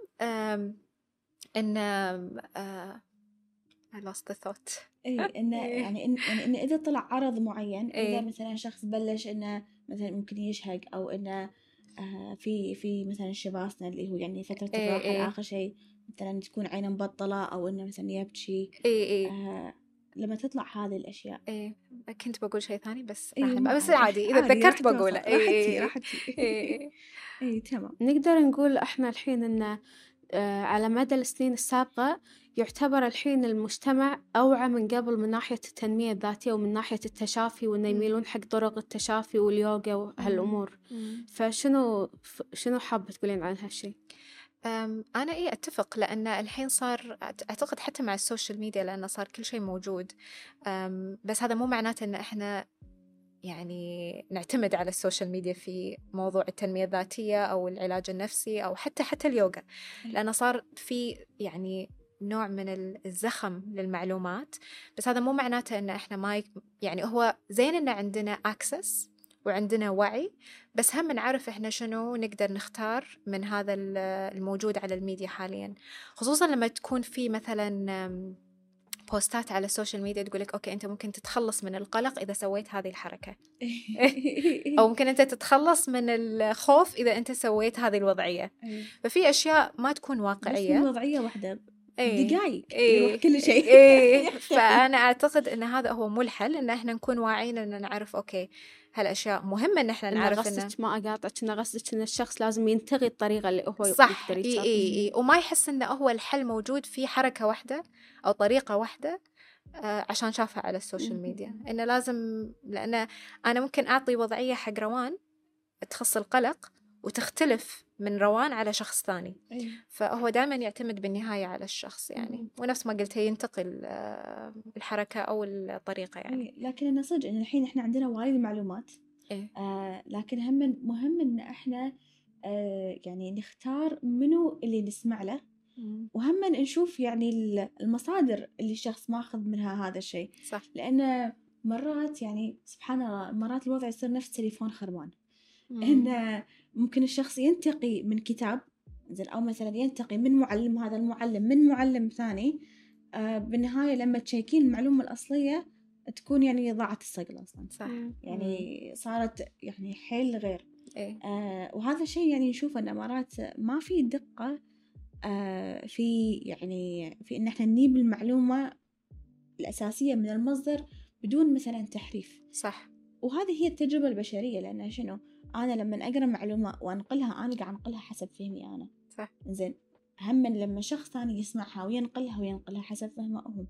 إن uh, I lost the thought. إيه إنه يعني إن يعني إن إذا طلع عرض معين، إيه. إذا مثلا شخص بلش إنه مثلا ممكن يشهق أو إنه آه في في مثلا شباسنا اللي هو يعني فترة إيه الراحة إيه. آخر شيء مثلا تكون عينه مبطلة أو إنه مثلا يبكي. إيه إيه. آه لما تطلع هذه الأشياء. إيه كنت بقول شيء ثاني بس إيه راح بس عادي إذا تذكرت بقوله. إيه راحتي إيه إيه تمام. نقدر نقول إحنا الحين إنه آه على مدى السنين السابقة يعتبر الحين المجتمع أوعى من قبل من ناحية التنمية الذاتية ومن ناحية التشافي، وإنه يميلون حق طرق التشافي واليوغا وهالأمور. فشنو فشنو حابة تقولين عن هالشيء؟ أنا إيه أتفق، لأن الحين صار أعتقد حتى مع السوشيال ميديا لأنه صار كل شيء موجود. بس هذا مو معناته إن إحنا يعني نعتمد على السوشيال ميديا في موضوع التنمية الذاتية أو العلاج النفسي أو حتى حتى اليوغا، لأنه صار في يعني نوع من الزخم للمعلومات. بس هذا مو معناته إن إحنا ما يعني هو زين إن عندنا access وعندنا وعي، بس هم نعرف إحنا شنو نقدر نختار من هذا الموجود على الميديا حاليا، خصوصا لما تكون في مثلا بوستات على السوشيال ميديا تقولك أوكي أنت ممكن تتخلص من القلق إذا سويت هذه الحركة أو ممكن أنت تتخلص من الخوف إذا أنت سويت هذه الوضعية. ففي أشياء ما تكون واقعية، بس من وضعية واحدة إيه. دقايق إيه. يروح كل شيء. إيه. فأنا أعتقد أن هذا هو مو الحل، إن إحنا نكون واعيين إن نعرف أوكي هالأشياء مهمة إن إحنا نعرف. إن قصدك ما أقاطعك، إن قصدك إن الشخص لازم ينتغي الطريقة اللي هو صح. يقدر يتصرف. إيه إيه إيه. وما يحس إنه هو الحل موجود في حركة واحدة أو طريقة واحدة آه عشان شافها على السوشيال ميديا. إنه لازم، لأن أنا ممكن أعطي وضعية حق روان تخص القلق وتختلف من روان على شخص ثاني. أيه. فهو دائما يعتمد بالنهاية على الشخص يعني. مم. ونفس ما قلت ينتقل الحركة أو الطريقة يعني. أيه. لكن أنا صدق إن الحين إحنا عندنا وايد معلومات. إيه؟ آه لكن هم مهم إن إحنا آه يعني نختار منو اللي نسمع له. مم. وهم نشوف يعني المصادر اللي الشخص ماخذ منها هذا الشيء. صح. لأن مرات يعني سبحان الله مرات الوضع يصير نفس تليفون خربان. إن ممكن الشخص ينتقي من كتاب زين، أو مثلا ينتقي من معلم، هذا المعلم من معلم ثاني، آه بالنهاية لما تشيكين المعلومة الأصلية تكون يعني ضاعت الصقل أصلا. صح. يعني صارت يعني حيل غير. إيه؟ آه وهذا الشيء يعني نشوف أن مرات ما في دقة آه في يعني في إن إحنا نجيب المعلومة الأساسية من المصدر بدون مثلا تحريف. صح. وهذه هي التجربة البشرية، لأن شنو، أنا لما أقرأ معلومة وأنقلها أنا قاعد أنقلها حسب فهمي أنا. صح. زين، هم لما شخص ثاني يسمعها وينقلها وينقلها حسب فهمه هو.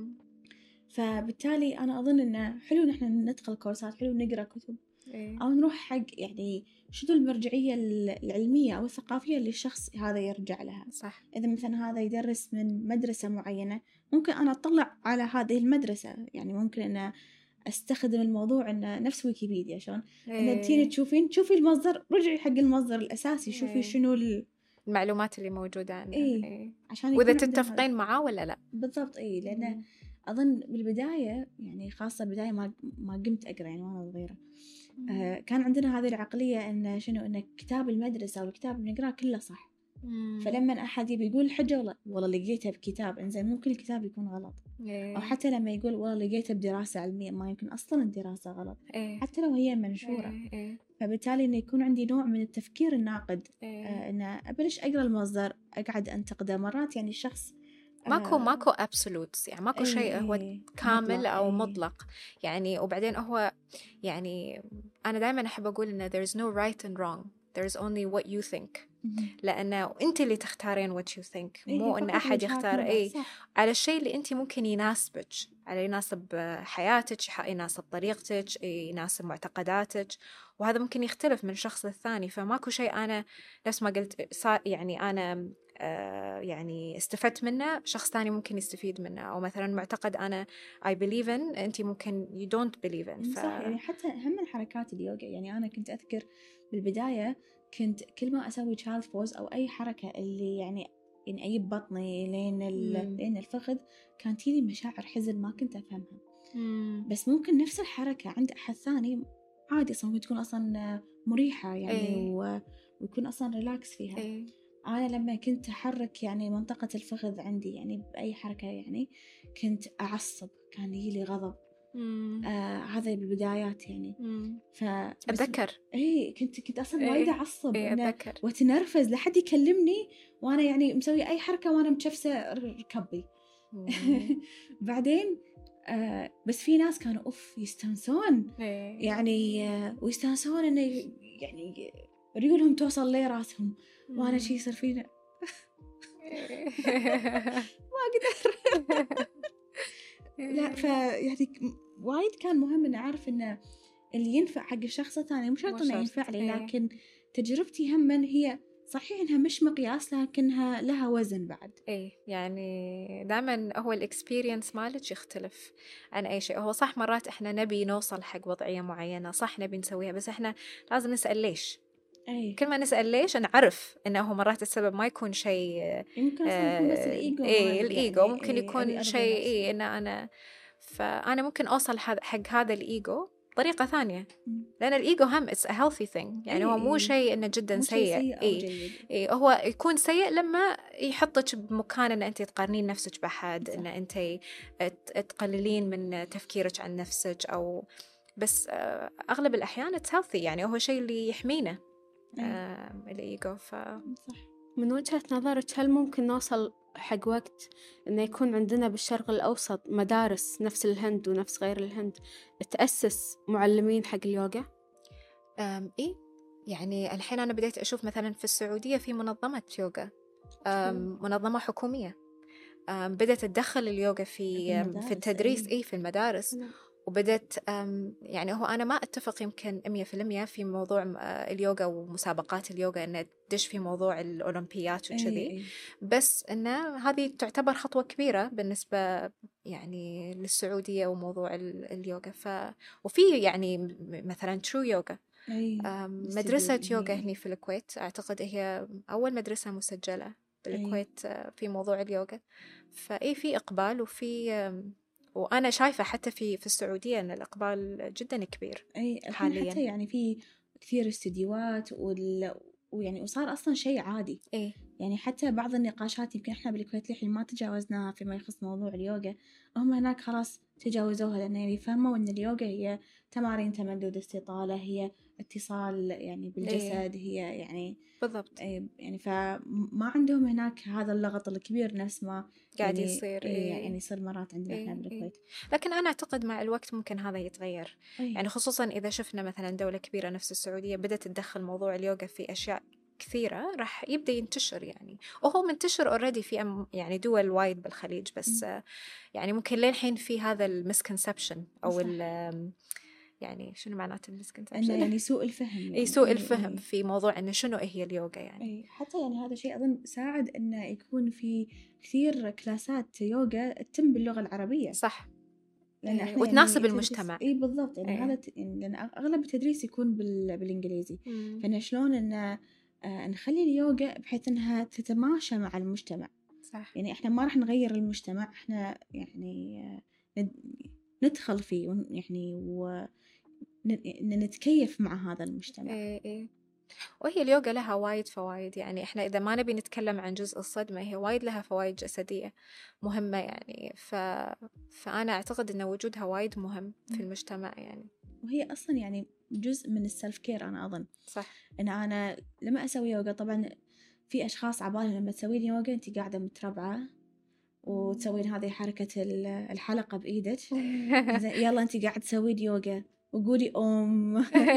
فبالتالي أنا أظن إنه حلو نحن ندخل كورسات، حلو نقرأ كتب، إيه؟ أو نروح حق يعني شنو المرجعية العلمية أو الثقافية اللي الشخص هذا يرجع لها. صح. إذا مثلا هذا يدرس من مدرسة معينة، ممكن أنا أطلع على هذه المدرسة، يعني ممكن أن أستخدم الموضوع إنه نفس ويكيبيديا شلون إيه؟ إن تيجي تشوفين تشوفي المصدر، رجعي حق المصدر الأساسي، شوفي إيه؟ شنو ال... المعلومات اللي موجودة عنه. إيه؟ إيه؟ عشان وإذا تتفقين معاه ولا لا. بالضبط. إيه، لأنه أظن بالبداية يعني خاصة البداية ما ما قمت أقرأ يعني وأنا صغيرة، آه كان عندنا هذه العقلية إن شنو، إن كتاب المدرسة أو الكتاب اللي نقرأه كله صح. مم. فلما أحد يبي يقول الحجة والله, والله لقيته بكتاب، إنزين ممكن الكتاب يكون غلط. إيه؟ أو حتى لما يقول والله لقيته بدراسة علمية، ما يمكن أصلا الدراسة غلط. إيه؟ حتى لو هي منشورة. إيه؟ إيه؟ فبالتالي إنه يكون عندي نوع من التفكير الناقد. إيه؟ آه إنه أبلش أقرأ المصدر، أقعد أنتقده. مرات يعني الشخص ماكو آه ماكو absolutes، يعني ماكو أي شيء هو أي كامل مطلق أو أي. مطلق يعني. وبعدين هو يعني أنا دائما أحب أقول إنه there is no right and wrong, there is only what you think. لأنه أنت اللي تختارين what you think، مو إن أحد يختار. أي على الشيء اللي أنت ممكن يناسبك، على يناسب حياتك، يناسب طريقتك، يناسب معتقداتك، وهذا ممكن يختلف من شخص للثاني. فماكو شيء أنا نفس ما قلت يعني أنا آه يعني استفدت منه شخص ثاني ممكن يستفيد منه، أو مثلا معتقد أنا I believe in أنت ممكن you don't believe in. ف... صح. يعني حتى هم من حركات اليوغا، يعني أنا كنت أذكر بالبداية كنت كل ما أسوي child pose أو أي حركة اللي يعني يعني أجيب بطني لين لين الفخذ، كانت تيجي مشاعر حزن ما كنت أفهمها. مم. بس ممكن نفس الحركة عند أحد ثاني عادي أصلا ممكن تكون أصلا مريحة يعني. أي. و... ويكون أصلا ريلاكس فيها. أي. أنا لما كنت أحرك يعني منطقة الفخذ عندي يعني بأي حركة يعني كنت أعصب، كان يجيلي غضب. آه هذا بالبدايات يعني. ف أتذكر إيه كنت كنت أصلا وايد أعصب. إيه أتذكر وتنرفز لحد يكلمني وأنا يعني مسوي أي حركة وأنا متشفسة ركبي. بعدين آه بس في ناس كانوا أوف يستانسون يعني آه ويستانسون إنه يعني ريولهم توصل لي راسهم، وأنا شي يصير فينا ما أقدر. لا فيعني وايد كان مهم إن أعرف إنه اللي ينفع حق الشخص الثاني مش شرط إنه ينفع لي. لكن تجربتي هم هي صحيح إنها مش مقياس لكنها لها وزن بعد. إيه يعني دائما هو الإكسبيرينس مالك يختلف عن أي شيء. هو صح مرات إحنا نبي نوصل حق وضعية معينة، صح نبي نسويها، بس إحنا لازم نسأل ليش. أي. كل ما نسأل ليش نعرف إنه مرات السبب ما يكون شيء يمكن أصلا يكون بس الإيجو. إيه الإيجو يعني ممكن يكون شيء إيه إن أنا فأنا ممكن أوصل حق هذا الإيجو بطريقة ثانية. لأن الإيجو هم it's a healthy thing يعني. إيه هو مو شيء إنه جدا سيء. إيه. إيه هو يكون سيء لما يحطك بمكان إن أنت تقارنين نفسك بأحد، إن أنت تقللين من تفكيرك عن نفسك، أو بس أغلب الأحيان it's healthy يعني. هو شيء اللي يحمينا آه الإيجو. ف صح. من وجهة نظرك هل ممكن نوصل حق وقت إنه يكون عندنا بالشرق الأوسط مدارس نفس الهند ونفس غير الهند تأسس معلمين حق اليوغا؟ أم إيه يعني الحين أنا بديت أشوف مثلا في السعودية في منظمة يوغا، منظمة حكومية بدأت تدخل اليوغا في في التدريس. إيه في المدارس. وبدأت يعني هو أنا ما أتفق يمكن مية في المية في موضوع اليوغا ومسابقات اليوغا إنه تدش في موضوع الأولمبيات وكذي، بس إنه هذه تعتبر خطوة كبيرة بالنسبة يعني للسعودية وموضوع اليوغا. ف وفي يعني مثلا ترو يوغا مدرسة يوغا هني في الكويت، أعتقد هي أول مدرسة مسجلة بالكويت في موضوع اليوغا. فإيه في إقبال، وفي وأنا شايفة حتى في في السعودية أن الإقبال جدا كبير. أي حاليا. حتى يعني في كثير استديوهات وال... ويعني وصار أصلا شيء عادي. إيه يعني حتى بعض النقاشات يمكن إحنا بالكويت للحين ما تجاوزناها فيما يخص موضوع اليوغا، هم هناك خلاص تجاوزوها، لأن يعني فهموا إن اليوغا هي تمارين تمدد، استطالة، هي اتصال يعني بالجسد، هي يعني بالضبط يعني فما عندهم هناك هذا اللغط الكبير نفس ما قاعد يعني يصير. إيه إيه يعني يصير مرات عندنا إحنا إيه إيه. بالكويت. لكن أنا أعتقد مع الوقت ممكن هذا يتغير. أيه. يعني خصوصا إذا شفنا مثلا دولة كبيرة نفس السعودية بدأت تدخل موضوع اليوغا في أشياء كثيرة، راح يبدأ ينتشر يعني، وهو منتشر اوريدي في أم يعني دول وايد بالخليج، بس م. يعني ممكن للحين في هذا المسكونسبشن أو ال يعني شنو معناته المسكونسبشن؟ إنه يعني سوء الفهم يعني. إيه سوء إيه الفهم إيه. في موضوع إنه شنو هي اليوغا يعني. إيه حتى يعني هذا شيء أظن ساعد إنه يكون في كثير كلاسات يوغا تتم باللغة العربية. صح. لأن إيه إحنا وتناسب يعني المجتمع. إيه بالضبط يعني إيه. هذا ت... يعني لأن أغلب التدريس يكون بال... بالإنجليزي. مم. فإن شلون إن آه نخلي اليوغا بحيث إنها تتماشى مع المجتمع. صح. يعني إحنا ما راح نغير المجتمع، إحنا يعني آه ندخل فيه يعني و نتكيف مع هذا المجتمع. إيه إيه. وهي اليوغا لها وايد فوائد، يعني إحنا إذا ما نبي نتكلم عن جزء الصدمة، هي وايد لها فوائد جسدية مهمة يعني. ف... فأنا أعتقد أن وجودها وايد مهم في المجتمع يعني. وهي أصلا يعني جزء من السلف كير أنا أظن. صح. إن أنا لما أسوي يوغا طبعا في أشخاص عبالهم لما تسوين يوغا أنت قاعدة متربعة وتسوين هذه حركة الحلقة بإيدك يلا أنت قاعد تسوين يوغا وقولي أم.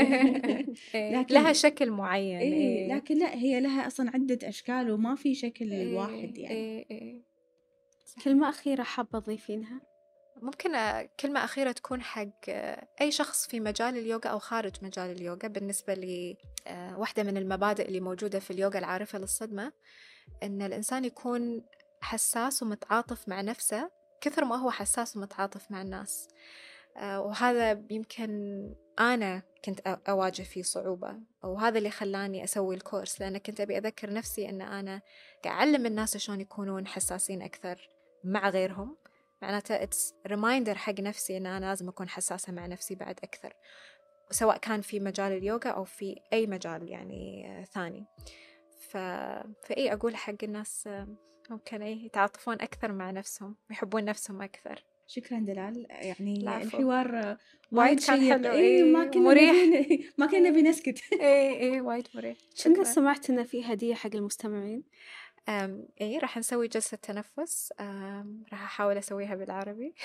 لكن لها شكل معين. إيه إيه. لكن لا هي لها أصلا عدة أشكال وما في شكل إيه واحد يعني. إيه إيه. كلمة أخيرة حابة تضيفينها؟ ممكن كلمة أخيرة تكون حق أي شخص في مجال اليوغا أو خارج مجال اليوغا. بالنسبة لي واحدة من المبادئ اللي موجودة في اليوغا العارفة للصدمة إن الإنسان يكون حساس ومتعاطف مع نفسه كثر ما هو حساس ومتعاطف مع الناس. وهذا يمكن أنا كنت أواجه فيه صعوبة، وهذا اللي خلاني أسوي الكورس، لأن كنت أبي أذكر نفسي أن أنا أعلم الناس شلون يكونون حساسين أكثر مع غيرهم. معناته it's reminder حق نفسي أن أنا لازم أكون حساسة مع نفسي بعد أكثر، سواء كان في مجال اليوغا أو في أي مجال يعني ثاني. ف... فإيه أقول حق الناس ممكن إيه يتعاطفون أكثر مع نفسهم ويحبون نفسهم أكثر. شكرا دلال، يعني العفو. الحوار وايد كان حلو. إيه ما كنا مريح. ما كنا نبي نسكت. إيه إيه وايد مريح. كنا سمعت إن في هدية حق المستمعين. أم إيه راح نسوي جلسة تنفس، أم راح أحاول أسويها بالعربي.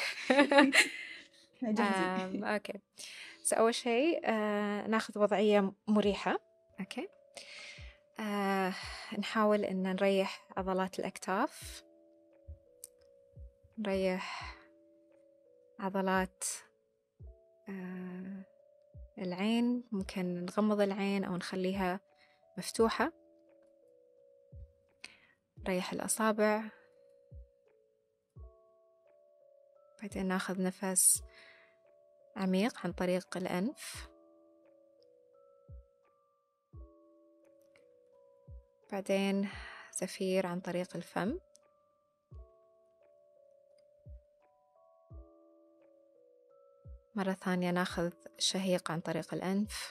أم أوكي. بس أول شيء آه ناخذ وضعية مريحة. أوكي. آه نحاول إن نريح عضلات الأكتاف، نريح عضلات آه العين، ممكن نغمض العين أو نخليها مفتوحة. نريح الأصابع، بعدين ناخذ نفس عميق عن طريق الأنف، بعدين زفير عن طريق الفم، مرة ثانية ناخذ شهيق عن طريق الأنف،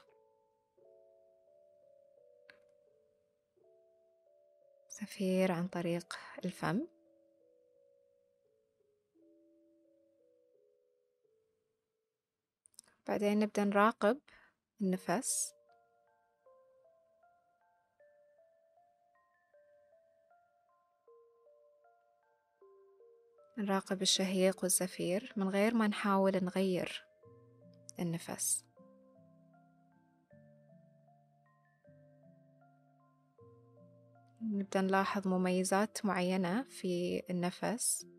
زفير عن طريق الفم، بعدين نبدأ نراقب النفس. نراقب الشهيق والزفير من غير ما نحاول نغير النفس. نبدأ نلاحظ مميزات معينة في النفس.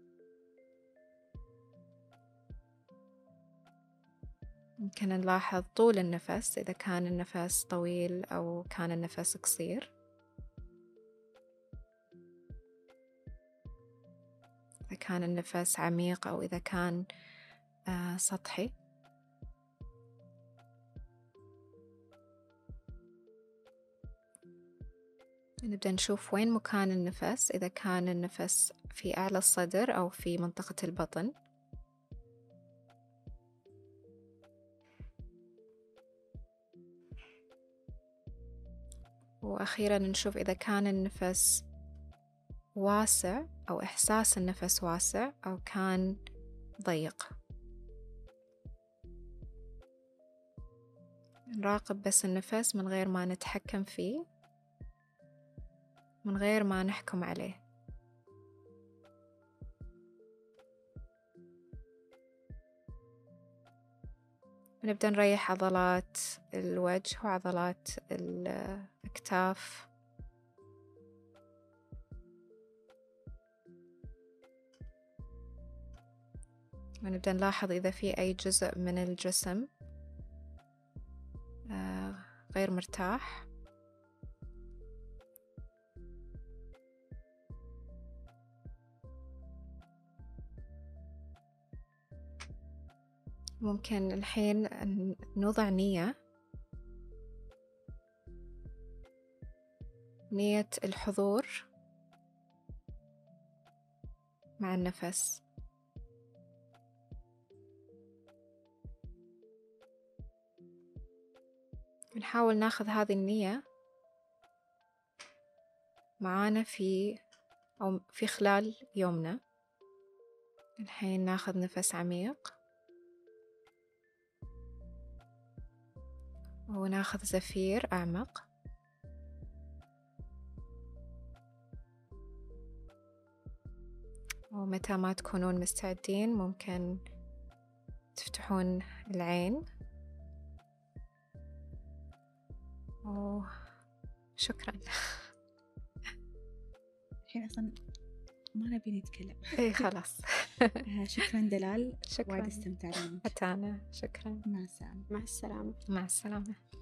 ممكن نلاحظ طول النفس، إذا كان النفس طويل أو كان النفس قصير، إذا كان النفس عميق أو إذا كان آه سطحي. نبدأ نشوف وين مكان النفس، إذا كان النفس في أعلى الصدر أو في منطقة البطن. وأخيرا نشوف إذا كان النفس واسع أو إحساس النفس واسع أو كان ضيق. نراقب بس النفس من غير ما نتحكم فيه، من غير ما نحكم عليه. ونبدأ نريح عضلات الوجه وعضلات الأكتاف. ونبدأ نلاحظ إذا في أي جزء من الجسم غير مرتاح. ممكن الحين نوضع نية، نية الحضور مع النفس. نحاول ناخذ هذه النية معانا في أو في خلال يومنا. الحين ناخذ نفس عميق وناخذ زفير أعمق، ومتى ما تكونون مستعدين ممكن تفتحون العين. وشكرا. الحين أصلا ما نبي نتكلم. إيه خلاص. شكرا دلال، شكرا. وايد استمتعنا. حتى أنا. شكرا. مع السلامة. مع السلامة. مع السلامة.